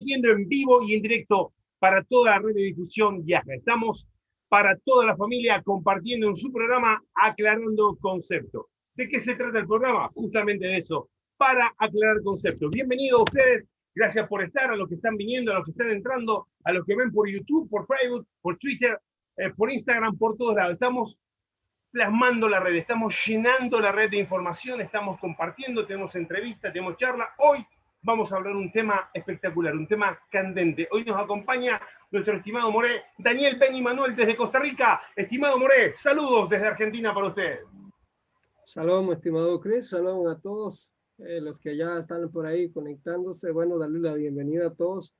Yendo en vivo y en directo para toda la red de difusión Viaja. Estamos para toda la familia compartiendo en su programa Aclarando Conceptos. ¿De qué se trata el programa? Justamente de eso, para aclarar conceptos. Bienvenidos a ustedes, gracias por estar, a los que están viniendo, a los que están entrando, a los que ven por YouTube, por Facebook, por Twitter, por Instagram, por todos lados. Estamos plasmando la red, estamos llenando la red de información, estamos compartiendo, tenemos entrevistas, tenemos charlas. Hoy vamos a hablar un tema espectacular, un tema candente. Hoy nos acompaña nuestro estimado Moré, Daniel Beni Manuel desde Costa Rica. Estimado Moré, saludos desde Argentina para usted. Shalom, estimado Chris, shalom a todos los que ya están por ahí conectándose. Bueno, darle la bienvenida a todos.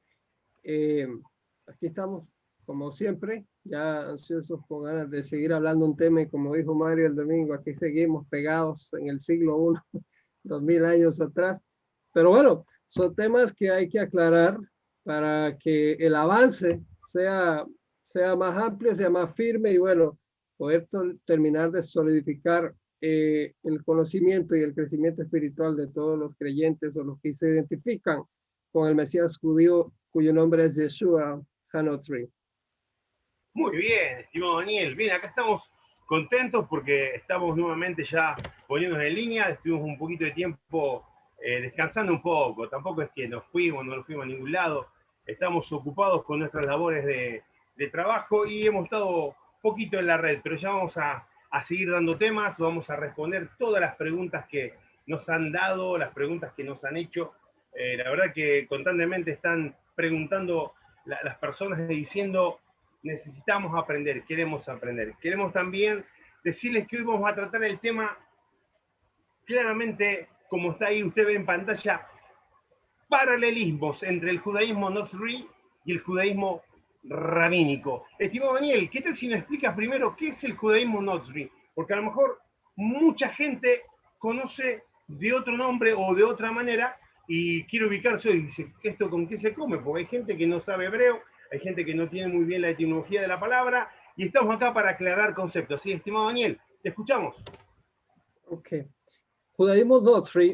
Aquí estamos, como siempre, ya ansiosos con ganas de seguir hablando un tema y como dijo Mario el domingo, aquí seguimos pegados en el siglo I, 2000 años atrás. Pero bueno, son temas que hay que aclarar para que el avance sea más amplio, sea más firme y bueno, poder terminar de solidificar el conocimiento y el crecimiento espiritual de todos los creyentes o los que se identifican con el Mesías judío cuyo nombre es Yeshua HaNotri. Muy bien, estimado Daniel. Bien, acá estamos contentos porque estamos nuevamente ya poniéndonos en línea. Estuvimos un poquito de tiempo descansando un poco. Tampoco es que no nos fuimos a ningún lado. Estamos ocupados con nuestras labores de trabajo y hemos estado poquito en la red, pero ya vamos a seguir dando temas, vamos a responder todas las preguntas que nos han dado, las preguntas que nos han hecho. La verdad que constantemente están preguntando las personas diciendo: necesitamos aprender, queremos aprender. Queremos también decirles que hoy vamos a tratar el tema claramente, como está ahí, usted ve en pantalla, paralelismos entre el judaísmo Notzri y el judaísmo rabínico. Estimado Daniel, ¿qué tal si nos explicas primero qué es el judaísmo Notzri? Porque a lo mejor mucha gente conoce de otro nombre o de otra manera y quiere ubicarse y dice, ¿esto con qué se come? Porque hay gente que no sabe hebreo, hay gente que no tiene muy bien la etimología de la palabra y estamos acá para aclarar conceptos. Sí, estimado Daniel, te escuchamos. Ok. Judaísmo Notzri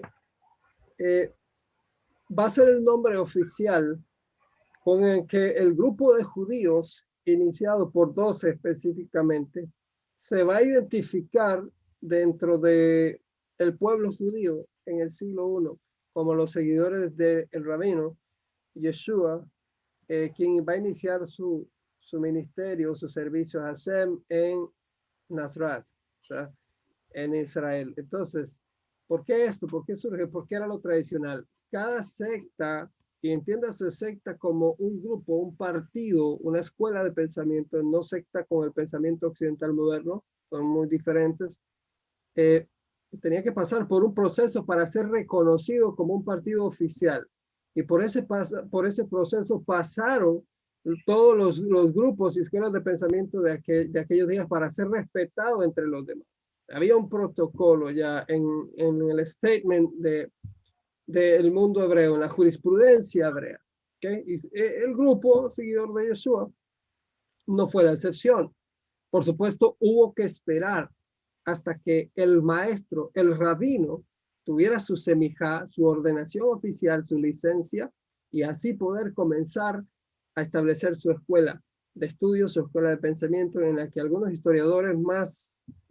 va a ser el nombre oficial con el que el grupo de judíos, iniciado por 12 específicamente, se va a identificar dentro de el pueblo judío en el siglo I como los seguidores del rabino Yeshua, quien va a iniciar su ministerio, su servicio a Hashem en Nazaret, o sea, en Israel. Entonces, ¿por qué esto? ¿Por qué surge? ¿Por qué era lo tradicional? Cada secta, y entiéndase secta como un grupo, un partido, una escuela de pensamiento, no secta con el pensamiento occidental moderno, son muy diferentes, tenía que pasar por un proceso para ser reconocido como un partido oficial. Y por ese proceso pasaron todos los grupos y escuelas de pensamiento de aquellos días para ser respetado entre los demás. Había un protocolo ya en el statement del mundo hebreo, en la jurisprudencia hebrea. ¿Okay? Y el grupo seguidor de Yeshua no fue la excepción. Por supuesto, hubo que esperar hasta que el maestro, el rabino, tuviera su semijá, su ordenación oficial, su licencia, y así poder comenzar a establecer su escuela de estudios, su escuela de pensamiento, en la que algunos historiadores más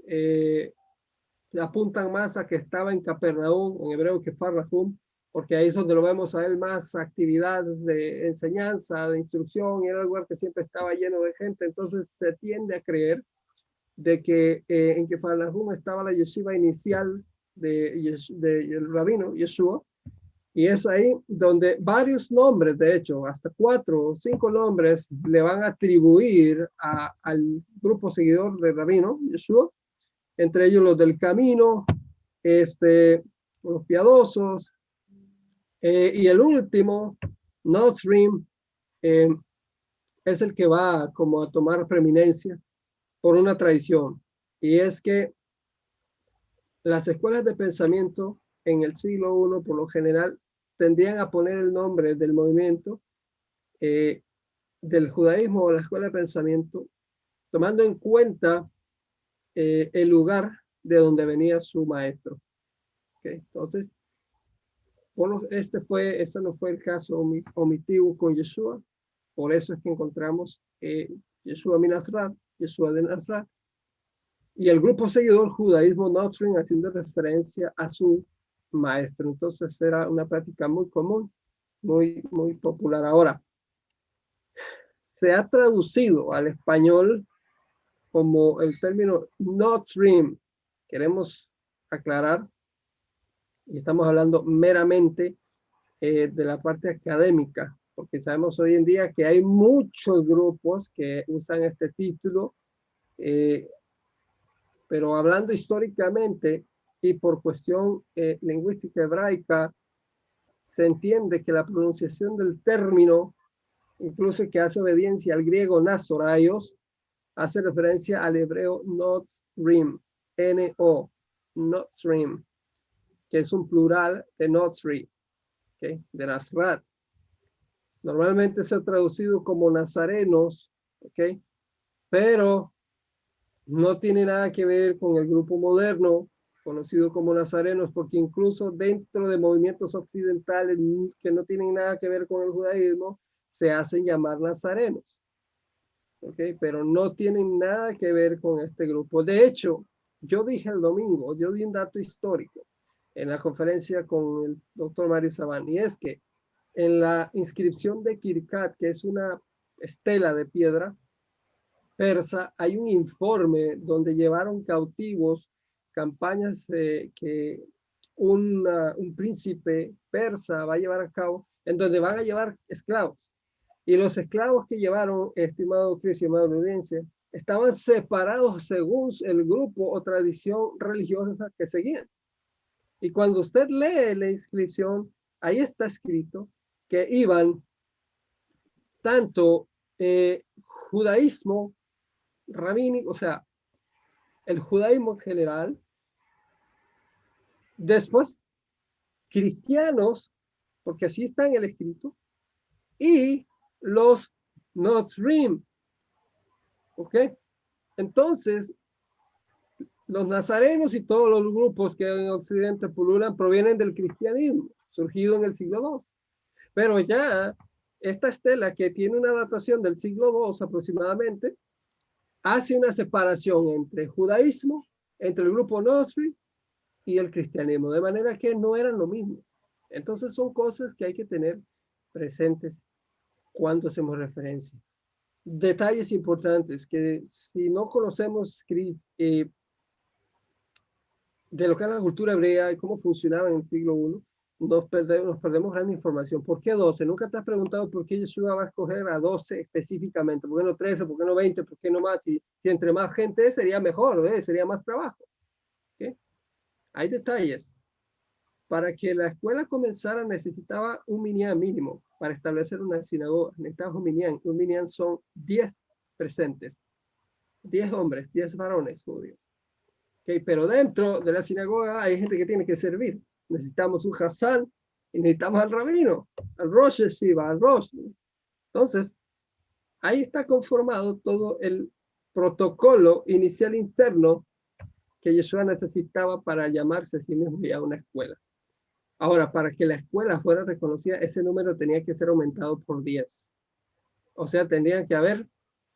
apuntan más a que estaba en Capernaum, en hebreo que Farrahum, porque ahí es donde lo vemos a él más actividades de enseñanza, de instrucción, y era un lugar que siempre estaba lleno de gente. Entonces se tiende a creer de que en Capernaum estaba la yeshiva inicial del rabino Yeshua, y es ahí donde varios nombres, de hecho, hasta 4 o 5 nombres le van a atribuir al grupo seguidor del rabino Yeshua, entre ellos los del camino, los piadosos, y el último, Notzrim, es el que va como a tomar preeminencia por una tradición, y es que las escuelas de pensamiento en el siglo I, por lo general, tendrían a poner el nombre del movimiento del judaísmo o la escuela de pensamiento, tomando en cuenta el lugar de donde venía su maestro. ¿Okay? Entonces, Ese no fue el caso omitivo con Yeshua. Por eso es que encontramos Yeshua min Nazrat, Yeshua de Nazrat, y el grupo seguidor judaísmo Notrim haciendo referencia a su maestro. Entonces era una práctica muy común, muy popular. Ahora, se ha traducido al español como el término Notrim. Queremos aclarar, y estamos hablando meramente de la parte académica, porque sabemos hoy en día que hay muchos grupos que usan este título, pero hablando históricamente y por cuestión lingüística hebraica, se entiende que la pronunciación del término, incluso que hace obediencia al griego nazoraios, hace referencia al hebreo notrim, N-O, notrim, que es un plural de notri, ¿okay? De Nazrat. Normalmente se ha traducido como nazarenos, ¿okay? Pero no tiene nada que ver con el grupo moderno, conocido como nazarenos, porque incluso dentro de movimientos occidentales que no tienen nada que ver con el judaísmo, se hacen llamar nazarenos. ¿Okay? Pero no tienen nada que ver con este grupo. De hecho, yo dije el domingo, yo di un dato histórico en la conferencia con el doctor Mario Sabán, y es que en la inscripción de Kirkat, que es una estela de piedra persa, hay un informe donde llevaron cautivos campañas que un príncipe persa va a llevar a cabo, en donde van a llevar esclavos. Y los esclavos que llevaron, estimado Cris y estimado audiencia, estaban separados según el grupo o tradición religiosa que seguían. Y cuando usted lee la inscripción, ahí está escrito que iban tanto judaísmo rabínico, o sea, el judaísmo en general, después cristianos, porque así está en el escrito, y los Notrim, ¿ok? Entonces, los nazarenos y todos los grupos que en Occidente pululan provienen del cristianismo, surgido en el siglo II. Pero ya esta estela, que tiene una datación del siglo II aproximadamente, hace una separación entre judaísmo, entre el grupo Notrim y el cristianismo, de manera que no eran lo mismo. Entonces son cosas que hay que tener presentes cuando hacemos referencia. Detalles importantes que si no conocemos, Cris, de lo que es la cultura hebrea y cómo funcionaba en el siglo I, nos perdemos gran información. ¿Por qué 12? Nunca te has preguntado por qué Yeshua va a escoger a 12 específicamente. ¿Por qué no 13? ¿Por qué no 20? ¿Por qué no más? Si entre más gente sería mejor, sería más trabajo. ¿Okay? Hay detalles. Para que la escuela comenzara necesitaba un minyan mínimo para establecer una sinagoga. Necesitaba un minyan. Un minyan son 10 presentes. 10 hombres, 10 varones judíos. Okay, pero dentro de la sinagoga hay gente que tiene que servir. Necesitamos un Hassan y necesitamos al rabino, al Rosh Yeshiva, al Rosh. Entonces, ahí está conformado todo el protocolo inicial interno que Yeshua necesitaba para llamarse a sí mismo ya una escuela. Ahora, para que la escuela fuera reconocida, ese número tenía que ser aumentado por 10. O sea, tendrían que haber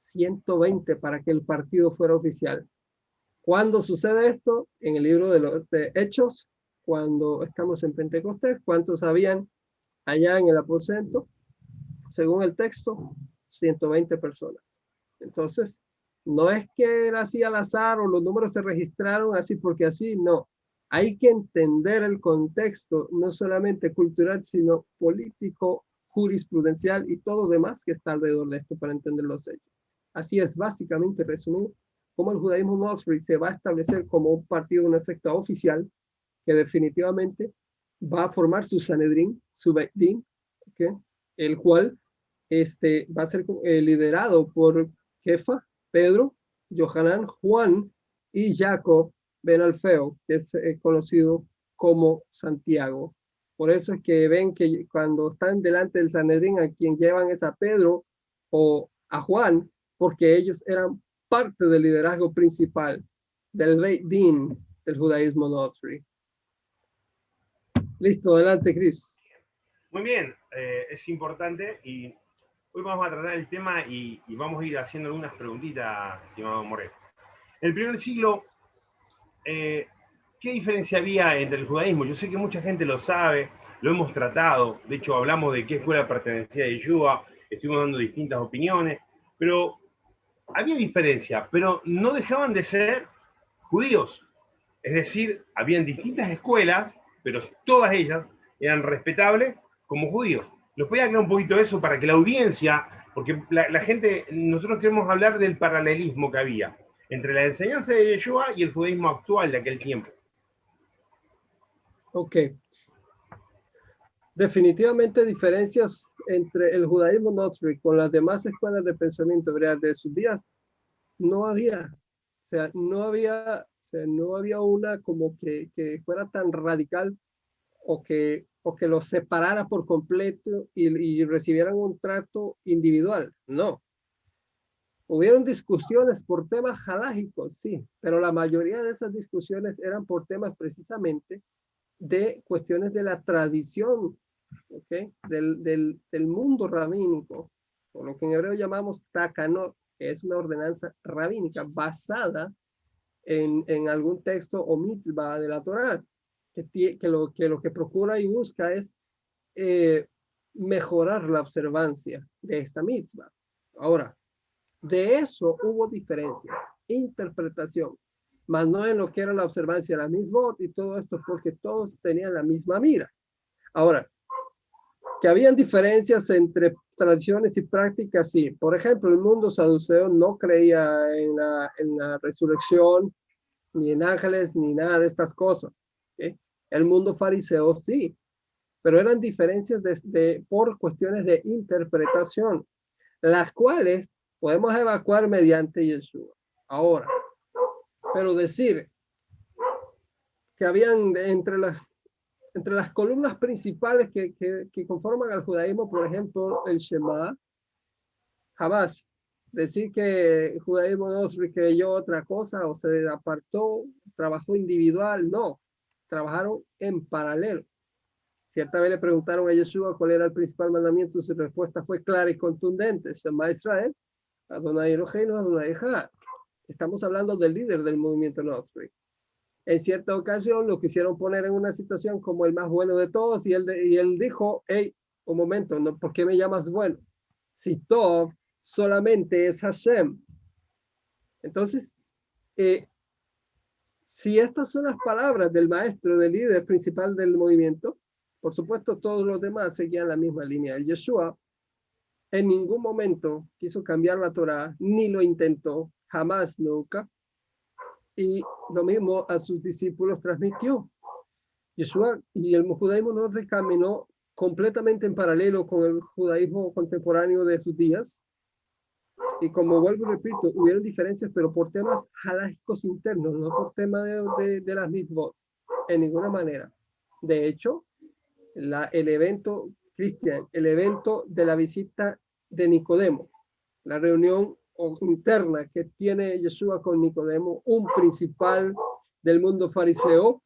120 para que el partido fuera oficial. ¿Cuándo sucede esto? En el libro de los Hechos, cuando estamos en Pentecostés. ¿Cuántos habían allá en el aposento? Según el texto, 120 personas. Entonces, no es que era así al azar o los números se registraron así porque así, no. Hay que entender el contexto, no solamente cultural, sino político, jurisprudencial y todo demás que está alrededor de esto para entender los hechos. Así es, básicamente resumido, cómo el judaísmo Notri se va a establecer como un partido, una secta oficial, que definitivamente va a formar su Sanedrín, su Beit Din, ¿okay? El cual va a ser liderado por Kefa, Pedro, Yohanan, Juan y Jacob Ben Alfeo, que es conocido como Santiago. Por eso es que ven que cuando están delante del Sanedrín, a quien llevan es a Pedro o a Juan, porque ellos eran parte del liderazgo principal del Beit Din del judaísmo Notri. Listo, adelante, Cris. Muy bien, es importante y hoy vamos a tratar el tema y vamos a ir haciendo algunas preguntitas, estimado Moreno. En el primer siglo, ¿qué diferencia había entre el judaísmo? Yo sé que mucha gente lo sabe, lo hemos tratado, de hecho hablamos de qué escuela pertenecía a Yeshua, estuvimos dando distintas opiniones, pero había diferencia, pero no dejaban de ser judíos. Es decir, habían distintas escuelas, pero todas ellas eran respetables como judíos. ¿Nos puede aclarar un poquito eso para que la audiencia, porque la gente, nosotros queremos hablar del paralelismo que había entre la enseñanza de Yeshua y el judaísmo actual de aquel tiempo? Ok. Definitivamente diferencias entre el judaísmo notzri con las demás escuelas de pensamiento hebreas de sus días no había. O sea, no había una como que fuera tan radical o que los separara por completo y recibieran un trato individual. No. Hubieron discusiones por temas halágicos, sí, pero la mayoría de esas discusiones eran por temas precisamente de cuestiones de la tradición, ¿okay? Del mundo rabínico, o lo que en hebreo llamamos takanot, que es una ordenanza rabínica basada en algún texto o mitzvah de la Torá, que lo que procura y busca es mejorar la observancia de esta mitzvah. Ahora, de eso hubo diferencias, interpretación, más no en lo que era la observancia de la misma y todo esto porque todos tenían la misma mira. Ahora, que habían diferencias entre tradiciones y prácticas, sí. Por ejemplo, el mundo saduceo no creía en la resurrección, ni en ángeles, ni nada de estas cosas. ¿Okay? El mundo fariseo sí, pero eran diferencias por cuestiones de interpretación, las cuales podemos evacuar mediante Yeshua. Ahora, pero decir que habían entre las columnas principales que conforman al judaísmo, por ejemplo, el Shema, jamás decir que el judaísmo no creyó otra cosa o se apartó, trabajó individual, no, trabajaron en paralelo. Cierta vez le preguntaron a Yeshua cuál era el principal mandamiento, su respuesta fue clara y contundente: Shema Israel, Adonai Eloheinu, Adonai Echad. Estamos hablando del líder del movimiento Notzri. En cierta ocasión lo quisieron poner en una situación como el más bueno de todos y él dijo: hey, un momento, ¿no? ¿Por qué me llamas bueno? Si Tov solamente es Hashem. Entonces, si estas son las palabras del maestro, del líder principal del movimiento, por supuesto todos los demás seguían la misma línea. El Yeshua en ningún momento quiso cambiar la Torah, ni lo intentó, jamás, nunca. Y lo mismo a sus discípulos transmitió. Yeshua y el judaísmo no caminó completamente en paralelo con el judaísmo contemporáneo de sus días. Y como vuelvo y repito, hubieron diferencias, pero por temas halágicos internos, no por tema de las mitzvot, en ninguna manera. De hecho, el evento Cristian, el evento de la visita de Nicodemo, la reunión interna que tiene Yeshua con Nicodemo, un principal del mundo fariseo,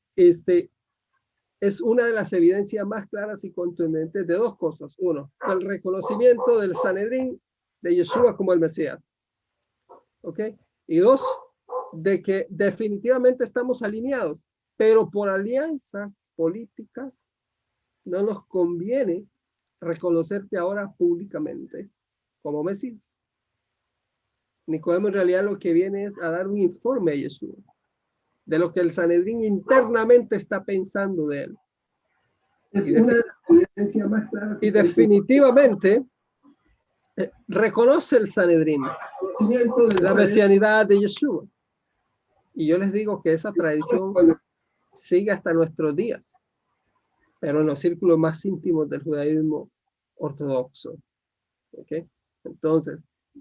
es una de las evidencias más claras y contundentes de dos cosas. Uno, el reconocimiento del Sanedrín de Yeshua como el Mesías. ¿Ok? Y dos, de que definitivamente estamos alineados, pero por alianzas políticas no nos conviene reconocerte ahora públicamente como Mesías. Nicodemo en realidad lo que viene es a dar un informe a Yeshua de lo que el Sanedrín internamente está pensando de él. Es una de las evidencias más claras. Y definitivamente reconoce el Sanedrín la mesianidad de Yeshua. Y yo les digo que esa tradición sigue hasta nuestros días, pero en los círculos más íntimos del judaísmo ortodoxo. ¿Okay? Entonces,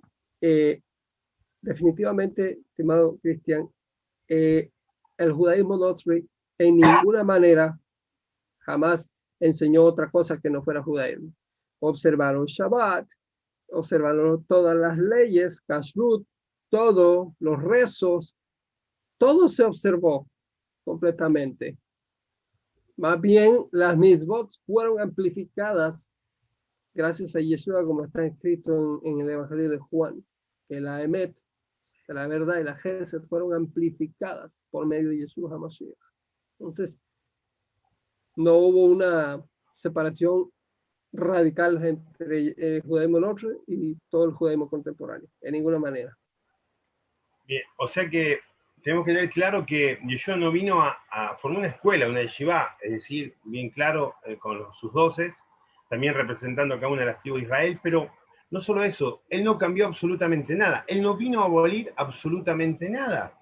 definitivamente, estimado Cristian, el judaísmo notzri en ninguna manera jamás enseñó otra cosa que no fuera judaísmo. Observaron Shabbat, observaron todas las leyes, Kashrut, todos los rezos, todo se observó completamente. Más bien, las mitzvot fueron amplificadas gracias a Yeshua, como está escrito en el Evangelio de Juan, que la Emet, la verdad y la Gesed fueron amplificadas por medio de Yeshua HaMashiach. Entonces, no hubo una separación radical entre el judaísmo norte y todo el judaísmo contemporáneo, en ninguna manera. Bien, o sea que tenemos que tener claro que Yeshua no vino a formar una escuela, una yeshiva, es decir, bien claro, con sus doces, también representando a cada una de las tribus de Israel, pero no solo eso, él no cambió absolutamente nada, él no vino a abolir absolutamente nada.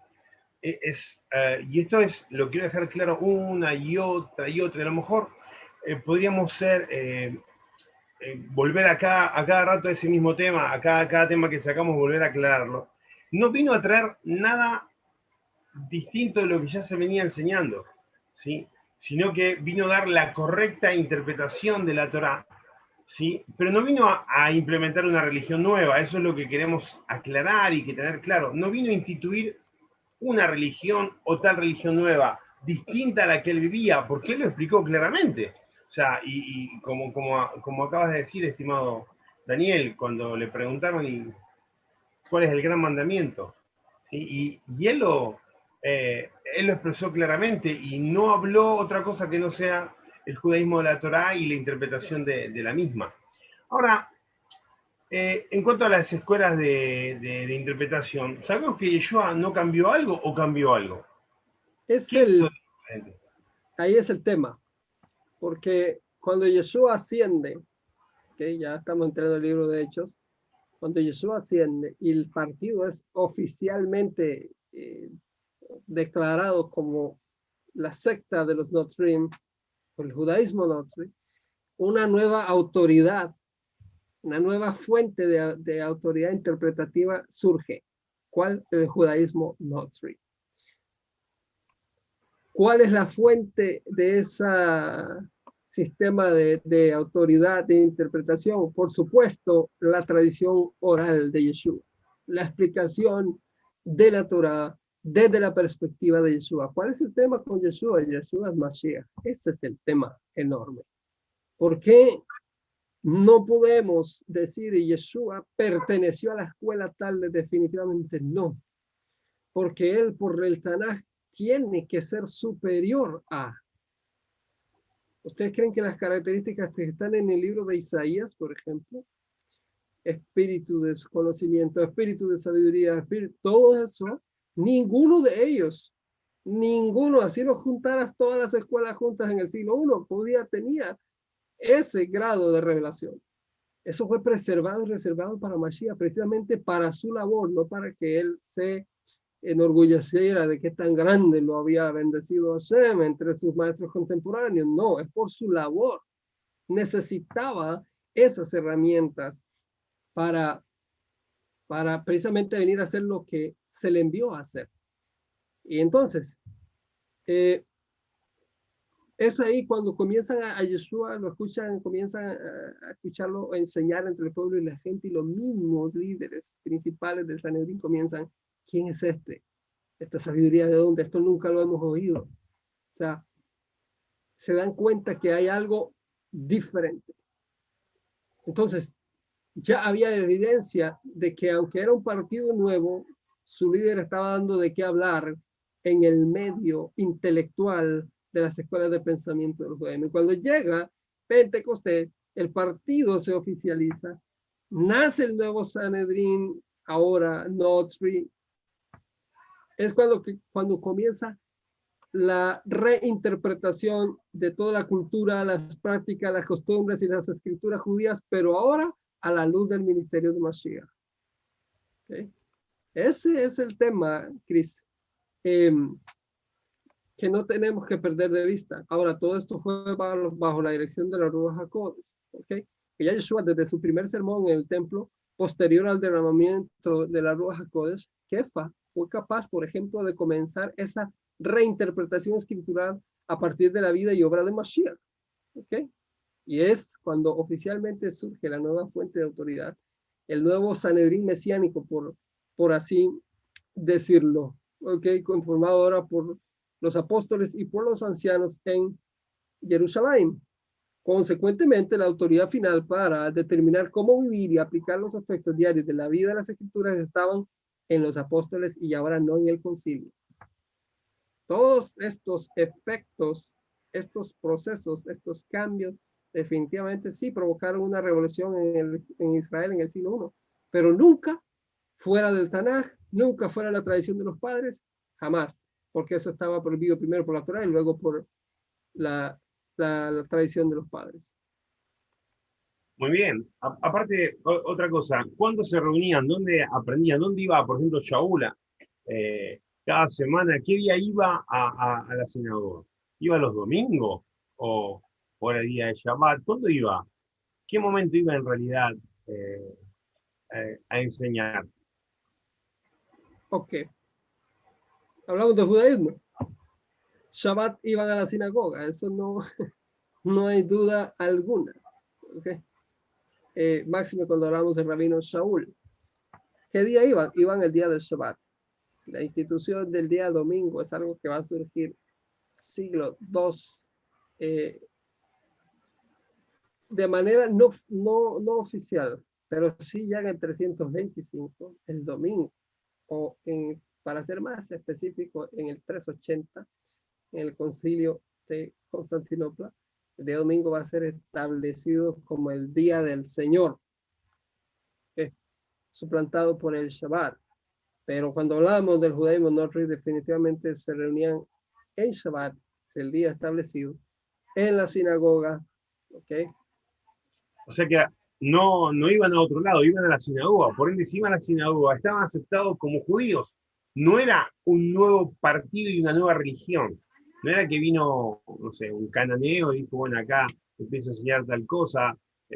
Y esto es, lo quiero dejar claro una y otra, y a lo mejor podríamos volver a cada rato a ese mismo tema, a cada tema que sacamos, volver a aclararlo. No vino a traer nada distinto de lo que ya se venía enseñando, ¿sí? Sino que vino a dar la correcta interpretación de la Torá, ¿sí? Pero no vino a implementar una religión nueva, eso es lo que queremos aclarar y que tener claro. No vino a instituir una religión o tal religión nueva, distinta a la que él vivía, porque él lo explicó claramente. O sea, y como acabas de decir, estimado Daniel, cuando le preguntaron cuál es el gran mandamiento, ¿sí? Y él lo expresó claramente y no habló otra cosa que no sea el judaísmo de la Torá y la interpretación de la misma. Ahora, en cuanto a las escuelas de interpretación, ¿sabemos que Yeshua no cambió algo o cambió algo? Ahí es el tema, porque cuando Yeshua asciende, que ya estamos entrando en el libro de Hechos, cuando Yeshua asciende y el partido es oficialmente declarado como la secta de los Notzrim, el judaísmo Notzri, una nueva autoridad, una nueva fuente de autoridad interpretativa surge. ¿Cuál? El judaísmo Notzri. ¿Cuál es la fuente de ese sistema de autoridad de interpretación? Por supuesto, la tradición oral de Yeshua, la explicación de la Torah desde la perspectiva de Yeshua. ¿Cuál es el tema con Yeshua? Yeshua es Mashiach. Ese es el tema enorme. ¿Por qué no podemos decir que Yeshua perteneció a la escuela tal? Definitivamente no, porque él por el Tanaj tiene que ser superior a. ¿Ustedes creen que las características que están en el libro de Isaías, por ejemplo, espíritu de conocimiento, espíritu de sabiduría, espíritu, todo eso, ninguno de ellos, ninguno, así lo juntaras todas las escuelas juntas en el siglo I, tenía ese grado de revelación? Eso fue preservado y reservado para Mashiach, precisamente para su labor, no para que él se enorgulleciera de que tan grande lo había bendecido Hashem entre sus maestros contemporáneos. No, es por su labor. Necesitaba esas herramientas para precisamente venir a hacer lo que se le envió a hacer. Y entonces, es ahí cuando comienzan a Yeshua, lo escuchan, comienzan a escucharlo, a enseñar entre el pueblo y la gente, y los mismos líderes principales del Sanedrín comienzan: ¿quién es este? ¿Esta sabiduría de dónde? Esto nunca lo hemos oído. O sea, se dan cuenta que hay algo diferente. Entonces, ya había evidencia de que aunque era un partido nuevo, su líder estaba dando de qué hablar en el medio intelectual de las escuelas de pensamiento del judaísmo. Y cuando llega Pentecostés, el partido se oficializa, nace el nuevo Sanedrín, ahora Notzri. Es cuando comienza la reinterpretación de toda la cultura, las prácticas, las costumbres y las escrituras judías, pero ahora a la luz del ministerio de Mashiach. ¿Okay? Ese es el tema, Chris, que no tenemos que perder de vista. Ahora, todo esto fue bajo la dirección de la Ruach HaKodesh. ¿Okay? Que ya Yeshua, desde su primer sermón en el templo, posterior al derramamiento de la Ruach HaKodesh, Kefa fue capaz, por ejemplo, de comenzar esa reinterpretación escritural a partir de la vida y obra de Mashiach. ¿Okay? Y es cuando oficialmente surge la nueva fuente de autoridad, el nuevo Sanedrín mesiánico, por así decirlo, ¿okay? Conformado ahora por los apóstoles y por los ancianos en Jerusalén. Consecuentemente, la autoridad final para determinar cómo vivir y aplicar los aspectos diarios de la vida de las escrituras estaban en los apóstoles y ahora no en el concilio. Todos estos efectos, estos procesos, estos cambios, definitivamente sí provocaron una revolución en Israel en el siglo I, pero nunca fuera del Tanaj, nunca fuera la tradición de los padres, jamás, porque eso estaba prohibido primero por la Torá y luego por la tradición de los padres. Muy bien. Aparte, otra cosa, ¿cuándo se reunían? ¿Dónde aprendían? ¿Dónde iba, por ejemplo, Shaula? Cada semana, ¿qué día iba a la sinagoga? ¿Iba los domingos? ¿O era el día de Shabbat? ¿Cuándo iba? ¿Qué momento iba en realidad eh, a enseñar? Ok, hablamos de judaísmo. Shabbat iban a la sinagoga, eso no, no hay duda alguna. Okay. Máximo cuando hablamos del rabino Shaul. ¿Qué día iban? Iban el día del Shabbat. La institución del día domingo es algo que va a surgir siglo II, de manera no oficial, pero sí ya en el 325, el domingo, o para ser más específico, en el 380, en el concilio de Constantinopla, el día domingo va a ser establecido como el día del Señor, suplantado por el Shabbat. Pero cuando hablamos del judaísmo norte, definitivamente se reunían en Shabbat, el día establecido, en la sinagoga, ¿ok? O sea que no iban a otro lado, iban a la sinagoga. Por ende, si iban a la sinagoga, estaban aceptados como judíos. No era un nuevo partido y una nueva religión. No era que vino, no sé, un cananeo y dijo, bueno, acá empiezo a enseñar tal cosa.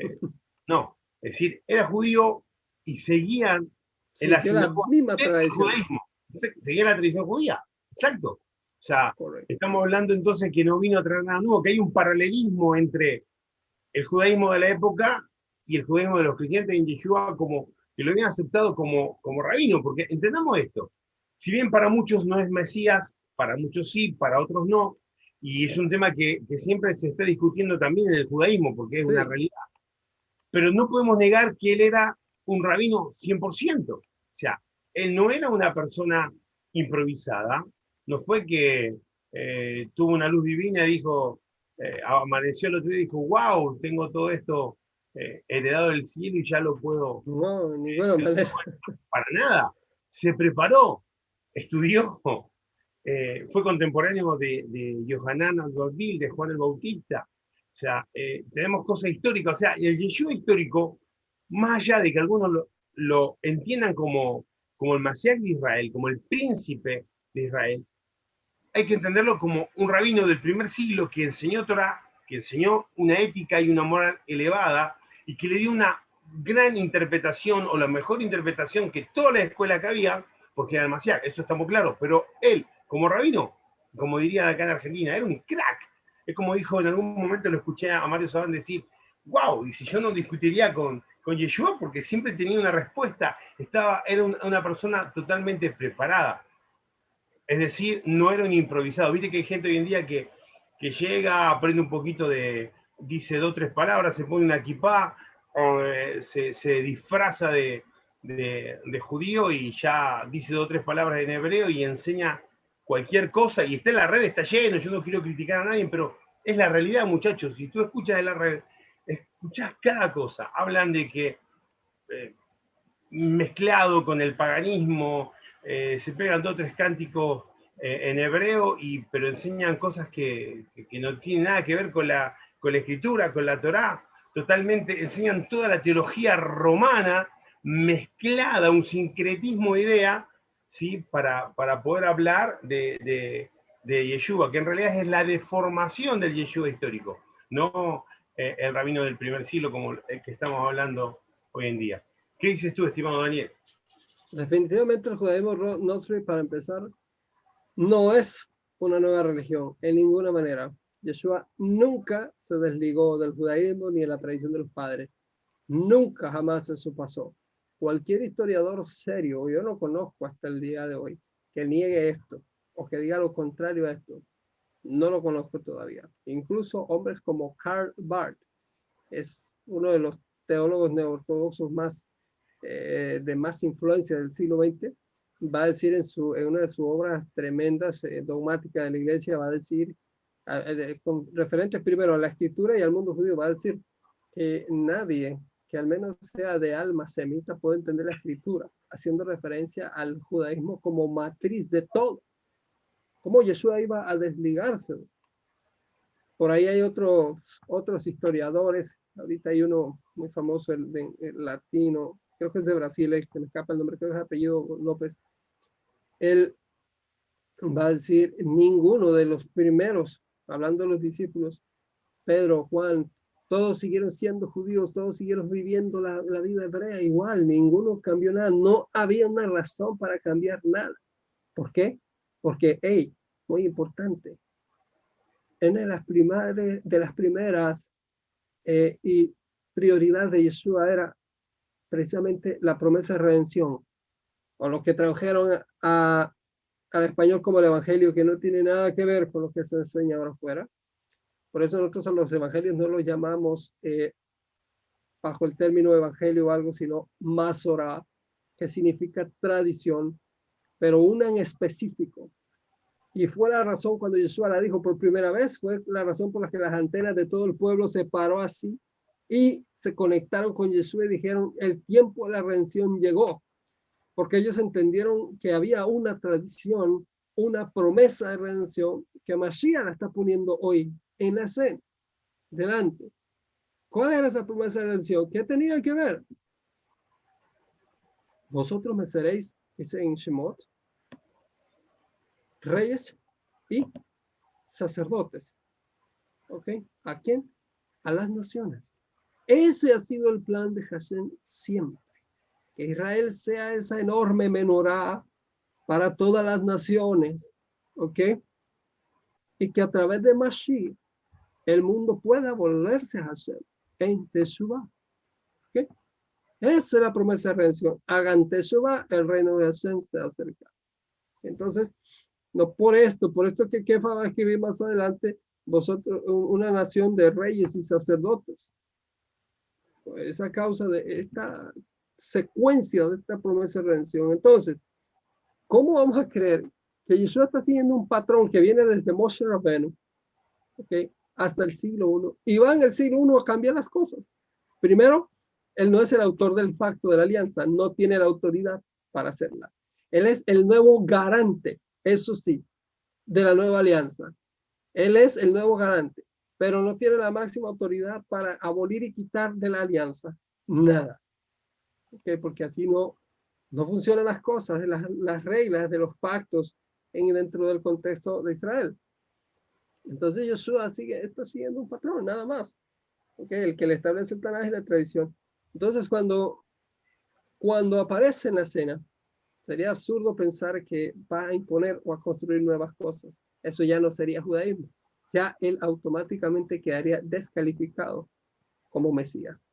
No, es decir, era judío y seguían en la Siguió la sinagoga misma dentro del tradición. judaísmo. Seguían la tradición judía. Exacto. O sea, Correcto. estamos hablando entonces que no vino a traer nada nuevo, que hay un paralelismo entre el judaísmo de la época y el judaísmo de los creyentes en Yeshua, como que lo habían aceptado como rabino, porque entendamos esto, si bien para muchos no es Mesías, para muchos sí, para otros no, y es un tema que siempre se está discutiendo también en el judaísmo, porque es una Sí, realidad, pero no podemos negar que él era un rabino 100%, o sea, él no era una persona improvisada, no fue que tuvo una luz divina y dijo, amaneció el otro día y dijo, wow, tengo todo esto heredado del cielo y ya lo puedo, no, de ninguna manera. para nada. Se preparó, estudió, fue contemporáneo de Yohanan al-Babil, de Juan el Bautista. O sea, tenemos cosas históricas. O sea, el Yeshua histórico, más allá de que algunos lo entiendan como el Mashiach de Israel, como el príncipe de Israel, hay que entenderlo como un rabino del primer siglo que enseñó Torah, que enseñó una ética y una moral elevada y que le dio una gran interpretación o la mejor interpretación que toda la escuela que había, porque era el Mashiach, eso está muy claro, pero él, como rabino, como diría acá en Argentina, era un crack. Es como dijo en algún momento, lo escuché a Mario Sabán decir, wow, dice, yo no discutiría con Yeshua porque siempre tenía una respuesta, era una persona totalmente preparada. Es decir, no era un improvisado. Viste que hay gente hoy en día que llega, aprende un poquito dice dos o tres palabras, se pone una kipá, se disfraza de judío y ya dice dos o tres palabras en hebreo y enseña cualquier cosa. Y está en la red, está lleno, yo no quiero criticar a nadie, pero es la realidad, muchachos. Si tú escuchas de la red, escuchás cada cosa. Hablan de que mezclado con el paganismo, se pegan dos o tres cánticos en hebreo, pero enseñan cosas que no tienen nada que ver con la escritura, con la Torá, totalmente, enseñan toda la teología romana mezclada, un sincretismo de idea, ¿sí? para poder hablar de Yeshua, que en realidad es la deformación del Yeshua histórico, no el rabino del primer siglo como el que estamos hablando hoy en día. ¿Qué dices tú, estimado Daniel? Definitivamente el judaísmo nostri, para empezar, no es una nueva religión, en ninguna manera. Yeshua nunca se desligó del judaísmo ni de la tradición de los padres. Nunca jamás eso pasó. Cualquier historiador serio, yo no conozco hasta el día de hoy, que niegue esto o que diga lo contrario a esto. no lo conozco todavía. Incluso hombres como Karl Barth, es uno de los teólogos neortodoxos más, de más influencia del siglo XX, va a decir en una de sus obras tremendas, dogmáticas de la iglesia, va a decir, con referentes primero a la escritura y al mundo judío, va a decir que nadie que al menos sea de alma semita puede entender la escritura, haciendo referencia al judaísmo como matriz de todo. Cómo Yeshua iba a desligarse. Por ahí hay otros historiadores, ahorita hay uno muy famoso, el latino, creo que es de Brasil, que me escapa el nombre, creo que es apellido López. Él va a decir, ninguno de los primeros, hablando de los discípulos, Pedro, Juan, todos siguieron siendo judíos, todos siguieron viviendo la vida hebrea igual, ninguno cambió nada, no había una razón para cambiar nada. ¿Por qué? Porque, hey, muy importante, una de las primeras y prioridad de Yeshua era precisamente la promesa de redención, o lo que tradujeron al español como el evangelio, que no tiene nada que ver con lo que se enseña ahora afuera. Por eso nosotros a los evangelios no los llamamos bajo el término evangelio o algo, sino Masorá, que significa tradición, pero una en específico. Y fue la razón cuando Yeshua la dijo por primera vez, fue la razón por la que las antenas de todo el pueblo se paró así y se conectaron con Yeshua y dijeron, el tiempo de la redención llegó, porque ellos entendieron que había una tradición, una promesa de redención que Mashiach la está poniendo hoy en la escena, delante. ¿Cuál era esa promesa de redención? ¿Qué tenía que ver? Vosotros me seréis, dice en Shemot, reyes y sacerdotes. ¿Ok? ¿A quién? A las naciones. Ese ha sido el plan de Hashem siempre. Que Israel sea esa enorme menorá para todas las naciones. ¿Ok? Y que a través de Mashiach el mundo pueda volverse a Hashem en Teshuvah. ¿Ok? Esa es la promesa de redención. Hagan Teshuvah, el reino de Hashem se acerca. Entonces, no por esto que Kefa va a escribir más adelante, vosotros, una nación de reyes y sacerdotes. Por esa causa de esta secuencia de esta promesa de redención. Entonces, ¿cómo vamos a creer que Yeshua está siguiendo un patrón que viene desde Moshe Rabbeinu, ¿okay?, hasta el siglo I, y va en el siglo I a cambiar las cosas? Primero, él no es el autor del pacto de la alianza, no tiene la autoridad para hacerla. Él es el nuevo garante, eso sí, de la nueva alianza. Él es el nuevo garante, pero no tiene la máxima autoridad para abolir y quitar de la alianza nada. ¿Okay? Porque así no funcionan las cosas, las reglas de los pactos dentro del contexto de Israel. Entonces Yeshua está siguiendo un patrón, nada más. ¿Okay? El que le establece el Tanaj y la tradición. Entonces cuando aparece en la escena, sería absurdo pensar que va a imponer o a construir nuevas cosas. Eso ya no sería judaísmo. Ya él automáticamente quedaría descalificado como Mesías.